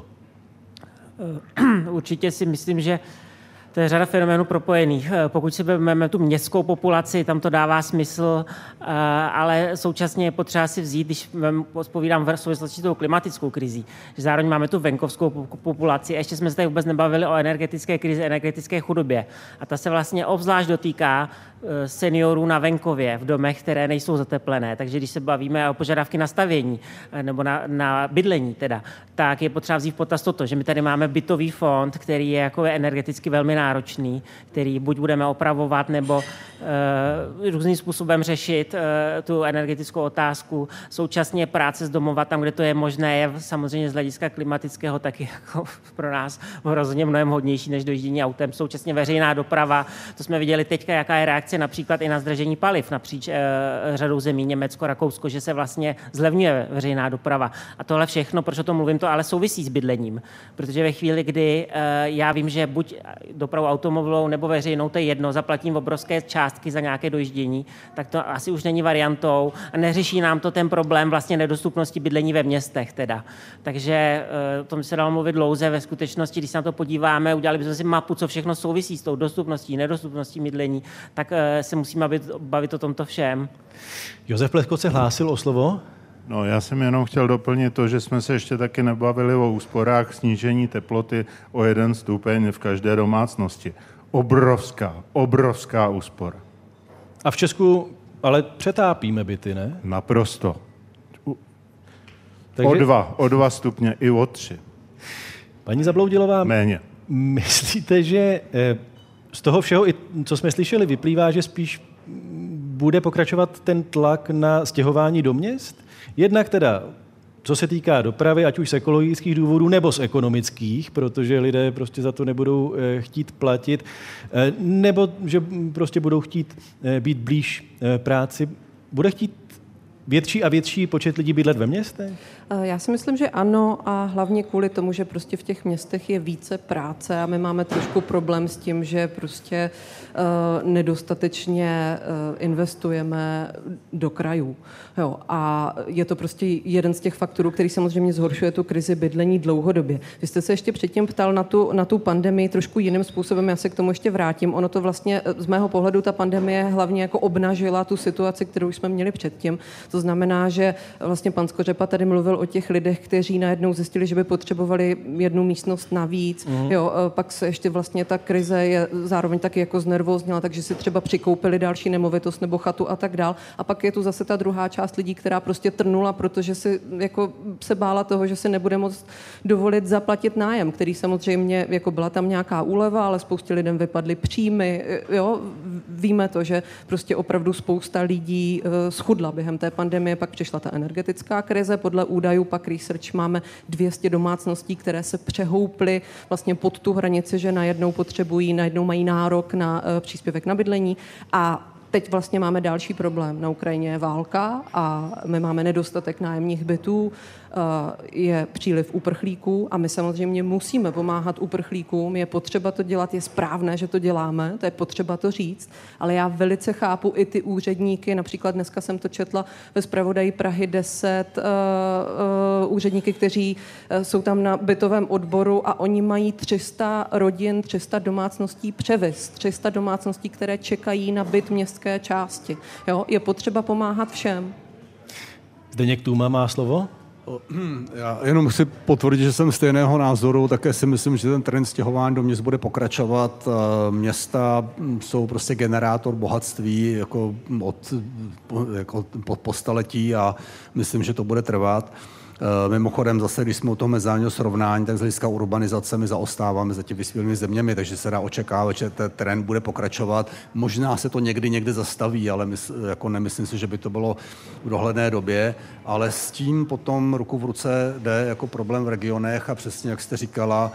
Určitě si myslím, že to je řada fenoménů propojených. Pokud si vezmeme tu městskou populaci, tam to dává smysl, ale současně je potřeba si vzít, když odpovídám v souvislosti s tou klimatickou krizí, že zároveň máme tu venkovskou populaci a ještě jsme se tady vůbec nebavili o energetické krizi, energetické chudobě. A ta se vlastně obzvlášť dotýká seniorů na venkově, v domech, které nejsou zateplené. Takže když se bavíme o požadavky na stavění nebo na, na bydlení teda, tak je potřeba vzít v potaz toto, že my tady máme bytový fond, který je jako energeticky velmi náročný. náročný, který buď budeme opravovat, nebo e, různým způsobem řešit e, tu energetickou otázku. Současně práce z domova, tam, kde to je možné, je samozřejmě z hlediska klimatického taky jako pro nás hrozně mnohem hodnější než dojíždění autem. Současně veřejná doprava, to jsme viděli teďka, jaká je reakce například i na zdražení paliv napříč e, řadou zemí, Německo, Rakousko, že se vlastně zlevňuje veřejná doprava. A tohle všechno, proč o tom mluvím, to ale souvisí s bydlením. Protože ve chvíli, kdy e, já vím, že buď dopravu automobilovou nebo veřejnou, to je jedno, zaplatím obrovské částky za nějaké dojíždění, tak to asi už není variantou a neřeší nám to ten problém vlastně nedostupnosti bydlení ve městech teda. Takže e, o tom se dalo mluvit dlouze. Ve skutečnosti, když se na to podíváme, udělali bychom si mapu, co všechno souvisí s tou dostupností, nedostupností bydlení, tak e, se musíme bavit, bavit o tomto všem. Josef Pleskot se hlásil o slovo. No, já jsem jenom chtěl doplnit to, že jsme se ještě taky nebavili o úsporách snížení teploty o jeden stupeň v každé domácnosti. Obrovská, obrovská úspora. A v Česku ale přetápíme byty, ne? Naprosto. Takže... O dva, o dva stupně i o tři. Paní Zabloudilová, méně. Myslíte, že z toho všeho, co jsme slyšeli, vyplývá, že spíš bude pokračovat ten tlak na stěhování do měst? Jednak teda, co se týká dopravy, ať už z ekologických důvodů nebo z ekonomických, protože lidé prostě za to nebudou chtít platit, nebo že prostě budou chtít být blíž práci. Bude chtít větší a větší počet lidí bydlet ve městech? Já si myslím, že ano, a hlavně kvůli tomu, že prostě v těch městech je více práce a my máme trošku problém s tím, že prostě uh, nedostatečně uh, investujeme do krajů. Jo, a je to prostě jeden z těch faktorů, který samozřejmě zhoršuje tu krizi bydlení dlouhodobě. Vy jste se ještě předtím ptal na tu, na tu pandemii trošku jiným způsobem, já se k tomu ještě vrátím. Ono to vlastně z mého pohledu ta pandemie hlavně jako obnažila tu situaci, kterou jsme měli předtím. To znamená, že vlastně pan Skořepa tady mluvil o těch lidech, kteří najednou zjistili, že by potřebovali jednu místnost navíc. Mm. Jo, pak se ještě vlastně ta krize je zároveň taky jako znervóznila, takže si třeba přikoupili další nemovitost nebo chatu a tak dál. A pak je tu zase ta druhá část lidí, která prostě trnula, protože si jako se bála toho, že si nebude moct dovolit zaplatit nájem, který samozřejmě jako byla tam nějaká úleva, ale spoustě lidem vypadly příjmy. Jo, víme to, že prostě opravdu spousta lidí schudla během té pandemie, pak přišla ta energetická krize, podle údajů pak Research máme dvě stě domácností, které se přehouply vlastně pod tu hranici, že najednou potřebují, najednou mají nárok na uh, příspěvek na bydlení a teď vlastně máme další problém. Na Ukrajině je válka a my máme nedostatek nájemních bytů, je příliv uprchlíků a my samozřejmě musíme pomáhat uprchlíkům. Je potřeba to dělat, je správné, že to děláme, to je potřeba to říct, ale já velice chápu i ty úředníky, například dneska jsem to četla ve zpravodaji Prahy deset, uh, uh, úředníky, kteří uh, jsou tam na bytovém odboru a oni mají tři sta rodin, tři sta domácností převis, tři sta domácností, které čekají na byt městské části. Jo? Je potřeba pomáhat všem. Zdeněk Tůma má slovo. Já jenom musím potvrdit, že jsem stejného názoru, také si myslím, že ten trend stěhování do měst bude pokračovat. Města jsou prostě generátor bohatství jako od, jako po staletí a myslím, že to bude trvat. Mimochodem zase, když jsme u toho mezinárodního srovnání, tak z hlediska urbanizace my zaostáváme za těmi vyspělými zeměmi, takže se dá očekávat, že ten trend bude pokračovat. Možná se to někdy někde zastaví, ale mysl, jako nemyslím si, že by to bylo v dohledné době, ale s tím potom ruku v ruce jde jako problém v regionech a přesně, jak jste říkala,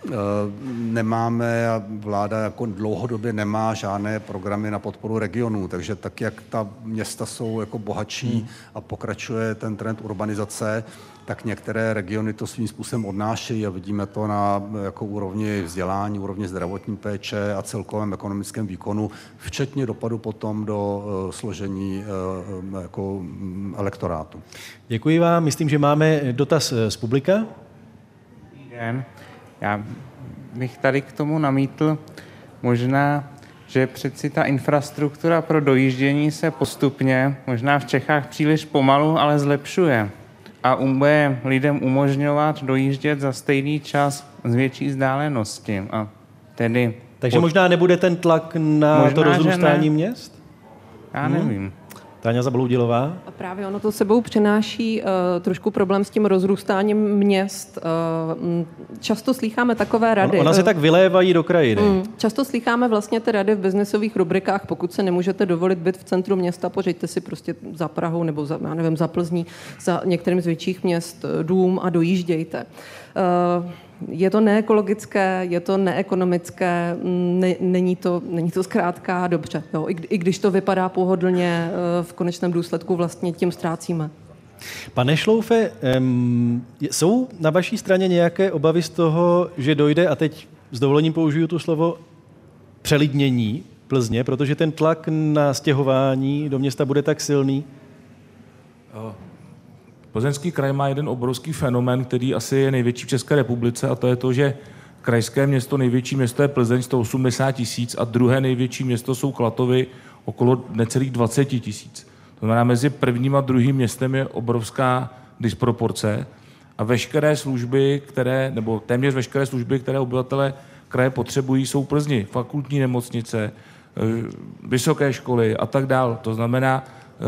nemáme a vláda jako dlouhodobě nemá žádné programy na podporu regionů, takže tak, jak ta města jsou jako bohatší hmm. a pokračuje ten trend urbanizace, tak některé regiony to svým způsobem odnášejí a vidíme to na jako úrovni vzdělání, úrovni zdravotní péče a celkovém ekonomickém výkonu, včetně dopadu potom do uh, složení uh, jako elektorátu. Děkuji vám. Myslím, že máme dotaz z publika. Dobrý den. Já bych tady k tomu namítl možná, že přeci ta infrastruktura pro dojíždění se postupně, možná v Čechách příliš pomalu, ale zlepšuje. A bude lidem umožňovat dojíždět za stejný čas z větší vzdálenosti. A tedy Takže pod... možná nebude ten tlak na možná, to rozrůstání měst? Já nevím. Táňa Zabloudilová. A právě ono to sebou přináší uh, trošku problém s tím rozrůstáním měst. Uh, často slýcháme takové rady. Ona se tak vylévají do krajiny. Mm, často slýcháme vlastně ty rady v biznesových rubrikách, pokud se nemůžete dovolit byt v centru města, pořiďte si prostě za Prahou nebo za, já nevím, za Plzní, za některým z větších měst dům a dojíždějte. Uh, Je to neekologické, je to neekonomické, ne, není, to, není to zkrátka dobře. Jo. I, I když to vypadá pohodlně, v konečném důsledku vlastně tím ztrácíme. Pane Šloufe, um, jsou na vaší straně nějaké obavy z toho, že dojde, a teď s dovolením použiju tu slovo, přelidnění Plzně, protože ten tlak na stěhování do města bude tak silný? Oh. Plzeňský kraj má jeden obrovský fenomén, který asi je největší v České republice, a to je to, že krajské město, největší město je Plzeň, sto osmdesát tisíc, a druhé největší město jsou Klatovy, okolo necelých dvacet tisíc. To znamená, mezi prvním a druhým městem je obrovská disproporce a veškeré služby, které, nebo téměř veškeré služby, které obyvatelé kraje potřebují, jsou v Plzni. Fakultní nemocnice, vysoké školy a tak dál. To znamená,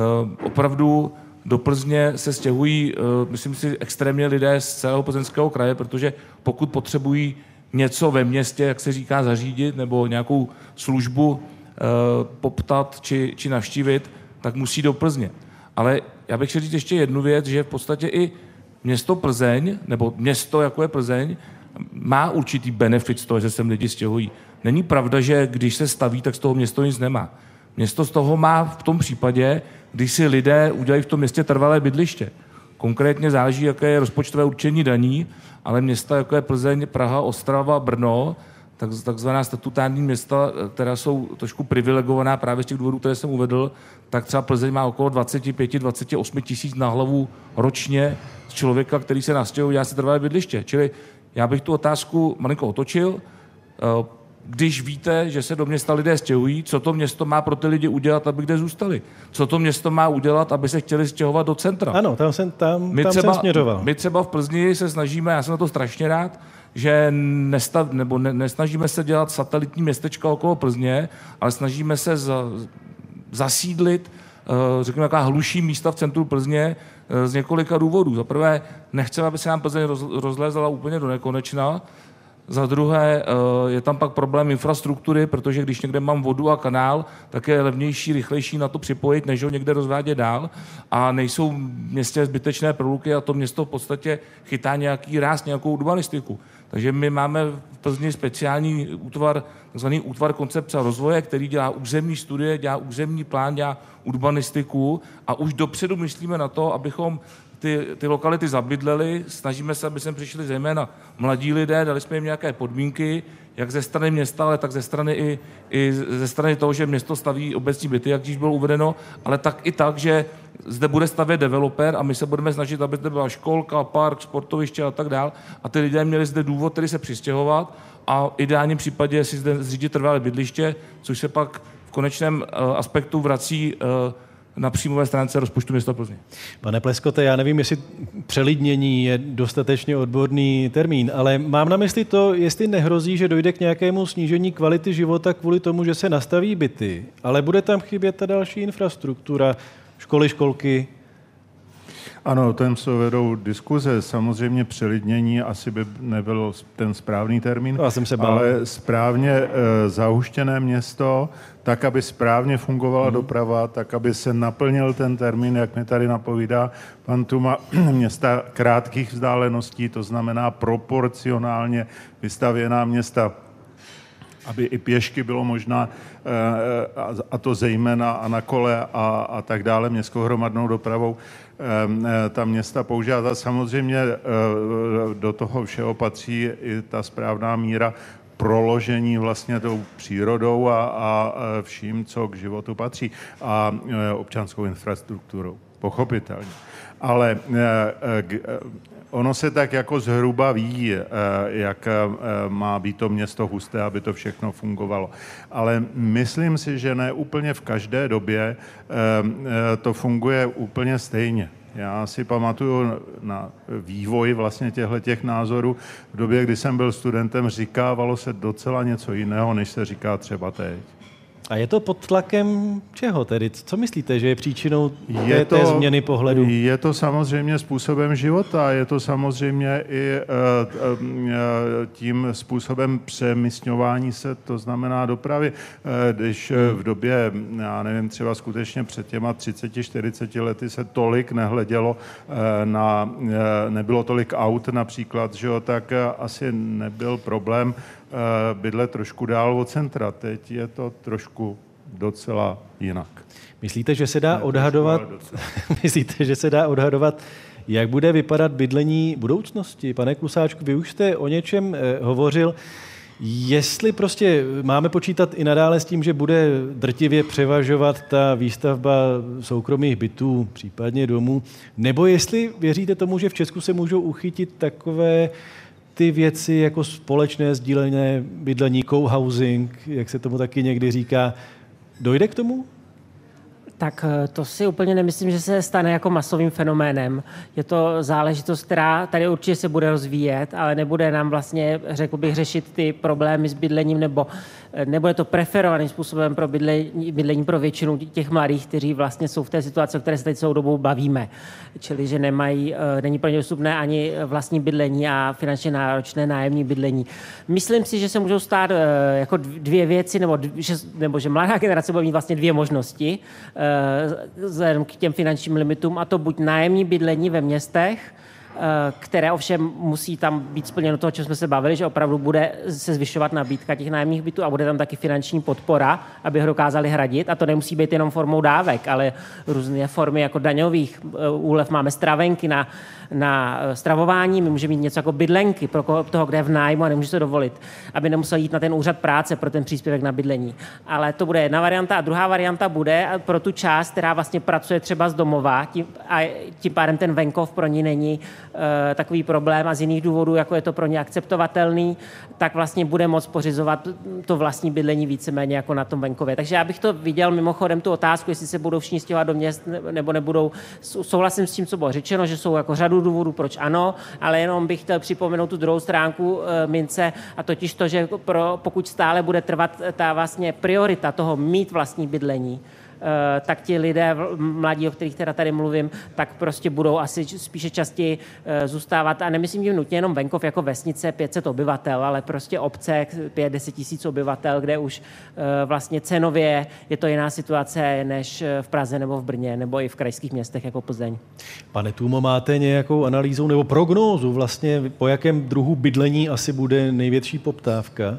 opravdu do Plzně se stěhují, myslím si, extrémně lidé z celého Plzeňského kraje, protože pokud potřebují něco ve městě, jak se říká, zařídit, nebo nějakou službu poptat či, či navštívit, tak musí do Plzně. Ale já bych chtěl říct ještě jednu věc, že v podstatě i město Plzeň, nebo město, jako je Plzeň, má určitý benefit z toho, že sem lidi stěhují. Není pravda, že když se staví, tak z toho město nic nemá. Město z toho má v tom případě, když si lidé udělají v tom městě trvalé bydliště. Konkrétně záleží, jaké je rozpočtové určení daní, ale města, jako je Plzeň, Praha, Ostrava, Brno, tak, takzvaná statutární města, která jsou trošku privilegovaná právě z těch důvodů, které jsem uvedl, tak třeba Plzeň má okolo dvacet pět až dvacet osm tisíc na hlavu ročně z člověka, který se nastěhuje, dělá si trvalé bydliště. Čili já bych tu otázku malinko otočil. Když víte, že se do města lidé stěhují, co to město má pro ty lidi udělat, aby kde zůstali? Co to město má udělat, aby se chtěli stěhovat do centra? Ano, tam jsem, tam, my tam třeba, jsem směřoval. My třeba v Plzni se snažíme, já jsem na to strašně rád, že nestav, nebo ne, nesnažíme se dělat satelitní městečka okolo Plzně, ale snažíme se za, zasídlit, řekněme, taková hluší místa v centru Plzně z několika důvodů. Za prvé, nechceme, aby se nám Plzeň roz, rozlézala úplně do nekonečna. Za druhé, je tam pak problém infrastruktury, protože když někde mám vodu a kanál, tak je levnější, rychlejší na to připojit, než ho někde rozvádět dál. A nejsou v městě zbytečné proluky a to město v podstatě chytá nějaký ráz, nějakou urbanistiku. Takže my máme v Plzni speciální útvar, takzvaný útvar koncepce a rozvoje, který dělá územní studie, dělá územní plán, dělá urbanistiku a už dopředu myslíme na to, abychom Ty, ty lokality zabydleli, snažíme se, aby sem přišli zejména mladí lidé, dali jsme jim nějaké podmínky, jak ze strany města, ale tak ze strany i, i ze strany toho, že město staví obecní byty, jak již bylo uvedeno, ale tak i tak, že zde bude stavět developer a my se budeme snažit, aby zde byla školka, park, sportoviště a tak dál. A ty lidé měli zde důvod tedy se přistěhovat a v ideálním případě si zde zřídit trvalé bydliště, což se pak v konečném uh, aspektu vrací uh, na příjmové stránce rozpočtu města Plzně. Pane Pleskote, já nevím, jestli přelidnění je dostatečně odborný termín, ale mám na mysli to, jestli nehrozí, že dojde k nějakému snížení kvality života kvůli tomu, že se nastaví byty, ale bude tam chybět ta další infrastruktura, školy, školky. Ano, tam se vedou diskuze. Samozřejmě přelidnění asi by nebyl ten správný termín, já jsem se bál. Ale správně e, zahuštěné město, tak, aby správně fungovala hmm. doprava, tak, aby se naplnil ten termín, jak mi tady napovídá pan Tuma, města krátkých vzdáleností, to znamená proporcionálně vystavěná města, aby i pěšky bylo možná, a to zejména a na kole a, a tak dále, městskou hromadnou dopravou, ta města používat. A samozřejmě do toho všeho patří i ta správná míra proložení vlastně tou přírodou a, a vším, co k životu patří a občanskou infrastrukturou, pochopitelně. Ale ono se tak jako zhruba ví, jak má být to město husté, aby to všechno fungovalo. Ale myslím si, že ne úplně v každé době to funguje úplně stejně. Já si pamatuju na vývoj vlastně těchto názorů. V době, kdy jsem byl studentem, říkávalo se docela něco jiného, než se říká třeba teď. A je to pod tlakem čeho tedy? Co myslíte, že je příčinou té, je to, té změny pohledu? Je to samozřejmě způsobem života, je to samozřejmě i uh, uh, tím způsobem přemísťování se, to znamená dopravy. Uh, když v době, já nevím, třeba skutečně před těma třiceti, čtyřiceti lety se tolik nehledělo uh, na, uh, nebylo tolik aut například, že jo, tak uh, asi nebyl problém bydlet trošku dál od centra. Teď je to trošku docela jinak. Myslíte, že se dá ne, odhadovat, myslíte, že se dá odhadovat, jak bude vypadat bydlení budoucnosti? Pane Klusáčku, vy už jste o něčem eh, hovořil. Jestli prostě máme počítat i nadále s tím, že bude drtivě převažovat ta výstavba soukromých bytů, případně domů, nebo jestli věříte tomu, že v Česku se můžou uchytit takové ty věci jako společné sdílené bydlení, co-housing, jak se tomu taky někdy říká, dojde k tomu? Tak to si úplně nemyslím, že se stane jako masovým fenoménem. Je to záležitost, která tady určitě se bude rozvíjet, ale nebude nám vlastně, řekl bych, řešit ty problémy s bydlením, nebo nebude to preferovaným způsobem pro bydlení, bydlení pro většinu těch mladých, kteří vlastně jsou v té situaci, o které se teď celou dobou bavíme. Čili, že nemají, není pro ně dostupné ani vlastní bydlení a finančně náročné nájemní bydlení. Myslím si, že se můžou stát jako dvě věci, nebo, že, nebo že mladá generace bude mít vlastně dvě možnosti vzhledem k těm finančním limitům, a to buď nájemní bydlení ve městech, které ovšem musí tam být splněno toho, o čem jsme se bavili, že opravdu bude se zvyšovat nabídka těch nájemních bytů a bude tam taky finanční podpora, aby ho dokázali hradit. A to nemusí být jenom formou dávek, ale různé formy jako daňových úlev. Máme stravenky na, na stravování, my můžeme mít něco jako bydlenky pro toho, kde je v nájmu a nemůže se dovolit, aby nemusel jít na ten úřad práce pro ten příspěvek na bydlení. Ale to bude jedna varianta. A druhá varianta bude pro tu část, která vlastně pracuje třeba z domova, tím, a tím pádem ten venkov pro ní není takový problém a z jiných důvodů, jako je to pro ně akceptovatelný, tak vlastně bude moct pořizovat to vlastní bydlení víceméně jako na tom venkově. Takže já bych to viděl mimochodem tu otázku, jestli se budou všichni stěhovat do měst nebo nebudou. Souhlasím s tím, co bylo řečeno, že jsou jako řadu důvodů, proč ano, ale jenom bych chtěl připomenout tu druhou stránku e, mince, a totiž to, že pro, pokud stále bude trvat ta vlastně priorita toho mít vlastní bydlení, tak ti lidé mladí, o kterých teda tady mluvím, tak prostě budou asi spíše častěji zůstávat, a nemyslím tím nutně jenom venkov jako vesnice pět set obyvatel, ale prostě obce pět deset tisíc obyvatel, kde už vlastně cenově je to jiná situace než v Praze nebo v Brně nebo i v krajských městech jako Plzeň. Pane Tůmo, máte nějakou analýzu nebo prognózu vlastně, po jakém druhu bydlení asi bude největší poptávka?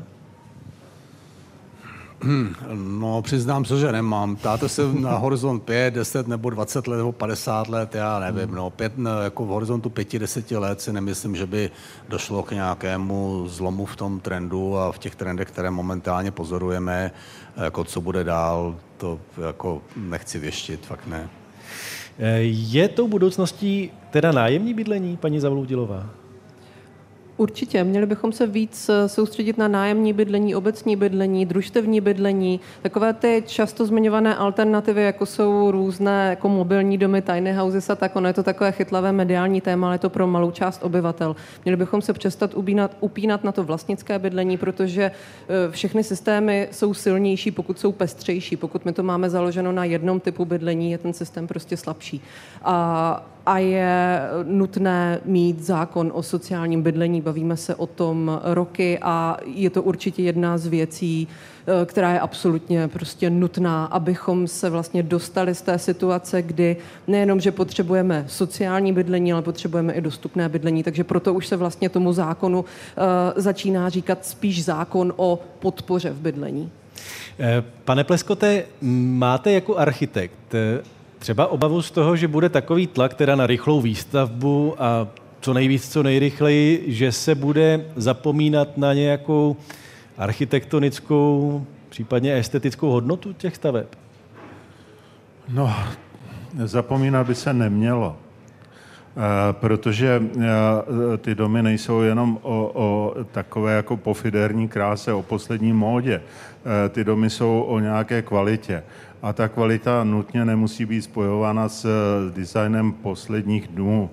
No, přiznám se, že nemám. Ptáte se na horizont pět, deset nebo dvacet let nebo padesát let, já nevím. No, pět, jako v horizontu pěti, deseti let si nemyslím, že by došlo k nějakému zlomu v tom trendu a v těch trendech, které momentálně pozorujeme. Jako co bude dál, to jako nechci věštit, fakt ne. Je tou budoucností teda nájemní bydlení, paní Zavloudilová? Určitě. Měli bychom se víc soustředit na nájemní bydlení, obecní bydlení, družstevní bydlení. Takové ty často zmiňované alternativy, jako jsou různé jako mobilní domy, tiny houses a tak, ono je to takové chytlavé mediální téma, ale je to pro malou část obyvatel. Měli bychom se přestat upínat, upínat na to vlastnické bydlení, protože všechny systémy jsou silnější, pokud jsou pestřejší. Pokud my to máme založeno na jednom typu bydlení, je ten systém prostě slabší. A A je nutné mít zákon o sociálním bydlení. Bavíme se o tom roky a je to určitě jedna z věcí, která je absolutně prostě nutná, abychom se vlastně dostali z té situace, kdy nejenom, že potřebujeme sociální bydlení, ale potřebujeme i dostupné bydlení. Takže proto už se vlastně tomu zákonu uh, začíná říkat spíš zákon o podpoře v bydlení. Pane Pleskote, máte jako architekt třeba obavu z toho, že bude takový tlak teda na rychlou výstavbu a co nejvíc, co nejrychleji, že se bude zapomínat na nějakou architektonickou, případně estetickou hodnotu těch staveb? No, zapomínat by se nemělo, protože ty domy nejsou jenom o, o takové jako pofiderní kráse, o poslední módě. Ty domy jsou o nějaké kvalitě. A ta kvalita nutně nemusí být spojována s designem posledních dnů.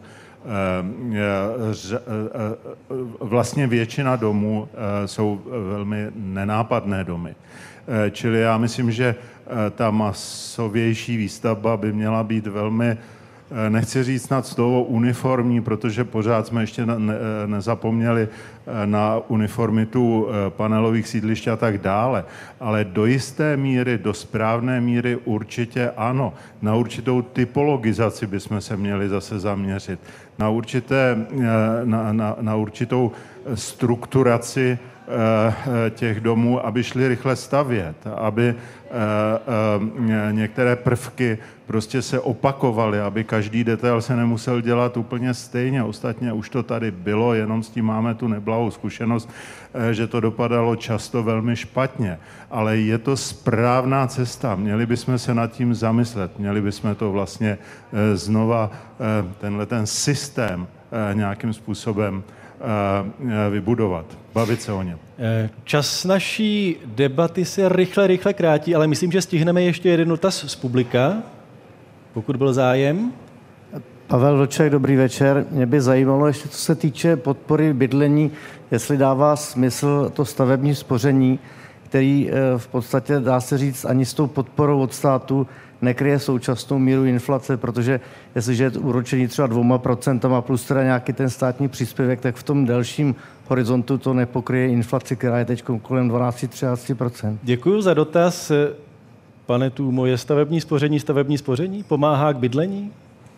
vlastně většina domů jsou velmi nenápadné domy. Čili já myslím, že ta masovější výstavba by měla být velmi, nechci říct snad slovo uniformní, protože pořád jsme ještě ne, nezapomněli na uniformitu panelových sídlišť a tak dále, ale do jisté míry, do správné míry určitě ano. Na určitou typologizaci bychom se měli zase zaměřit, na, určité, na, na, na určitou strukturaci těch domů, aby šli rychle stavět, aby některé prvky prostě se opakovaly, aby každý detail se nemusel dělat úplně stejně. Ostatně už to tady bylo, jenom s tím máme tu neblahou zkušenost, že to dopadalo často velmi špatně. Ale je to správná cesta. Měli bychom se nad tím zamyslet. Měli bychom to vlastně znova, tenhle ten systém nějakým způsobem vybudovat, bavit se o něm. Čas naší debaty se rychle, rychle krátí, ale myslím, že stihneme ještě jeden dotaz z publika, pokud byl zájem. Pavel Vlček, dobrý večer. Mě by zajímalo ještě, co se týče podpory bydlení, jestli dává smysl to stavební spoření, který v podstatě, dá se říct, ani s tou podporou od státu nekryje současnou míru inflace, protože jestliže je to úročení třeba dvouma procentama plus teda nějaký ten státní příspěvek, tak v tom delším horizontu to nepokryje inflaci, která je teď kolem dvanáct až třináct procent. Děkuji za dotaz. Pane Tůmo, je stavební spoření stavební spoření? Pomáhá k bydlení?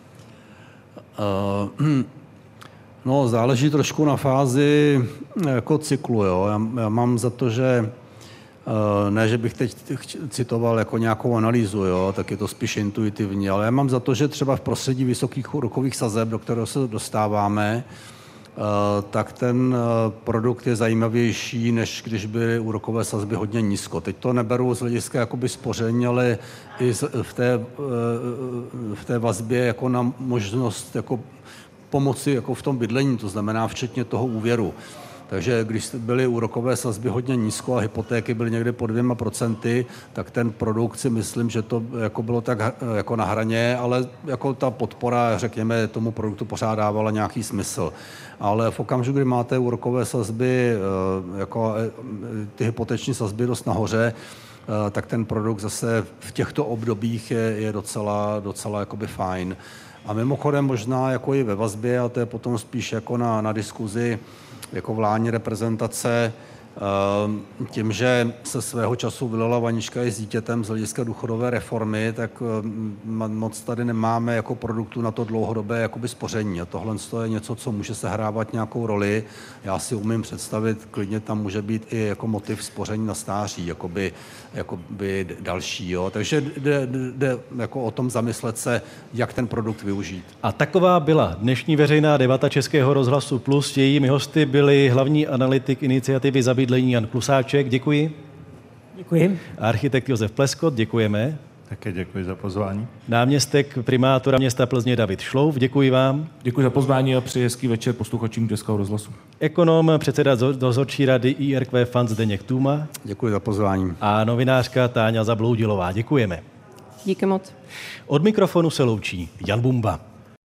Uh, no, záleží trošku na fázi jako cyklu. Jo. Já, já mám za to, že ne, že bych teď citoval jako nějakou analýzu, jo, tak je to spíš intuitivní, ale já mám za to, že třeba v prostředí vysokých úrokových sazeb, do kterého se dostáváme, tak ten produkt je zajímavější, než když by úrokové sazby hodně nízko. Teď to neberu z hlediska jakoby spoření, ale i v té, v té vazbě jako na možnost jako pomoci jako v tom bydlení, to znamená včetně toho úvěru. Takže když byly úrokové sazby hodně nízko a hypotéky byly někde po dvěma procenty, tak ten produkt si myslím, že to jako bylo tak jako na hraně, ale jako ta podpora, řekněme, tomu produktu pořád dávala nějaký smysl. Ale v okamžiku, kdy máte úrokové sazby, jako ty hypoteční sazby dost nahoře, tak ten produkt zase v těchto obdobích je, je docela, docela jakoby fajn. A mimochodem možná jako i ve vazbě, a to je potom spíš jako na, na diskuzi, jako vládní reprezentace, tím, že se svého času vylila vanička i s dítětem z hlediska důchodové reformy, tak moc tady nemáme jako produktu na to dlouhodobé jakoby spoření. A tohle je něco, co může sehrávat nějakou roli. Já si umím představit, klidně tam může být i jako motiv spoření na stáří, jakoby, jakoby další. Jo. Takže jde, jde jako o tom zamyslet se, jak ten produkt využít. A taková byla dnešní veřejná debata Českého rozhlasu Plus. Jejími hosty byli hlavní analytik iniciativy Za bydlení Jan Klusáček, děkuji. Děkuji. Architekt Josef Pleskot, děkujeme. Také děkuji za pozvání. Náměstek primátora města Plzně David Šlouf, děkuji vám. Děkuji za pozvání a přeji hezký večer posluchačům Českého rozhlasu. Ekonom, předseda dozorčí rady I R Q Fund Zdeněk Tůma. Děkuji za pozvání. A novinářka Táňa Zabloudilová, děkujeme. Díky moc. Od mikrofonu se loučí Jan Bumba.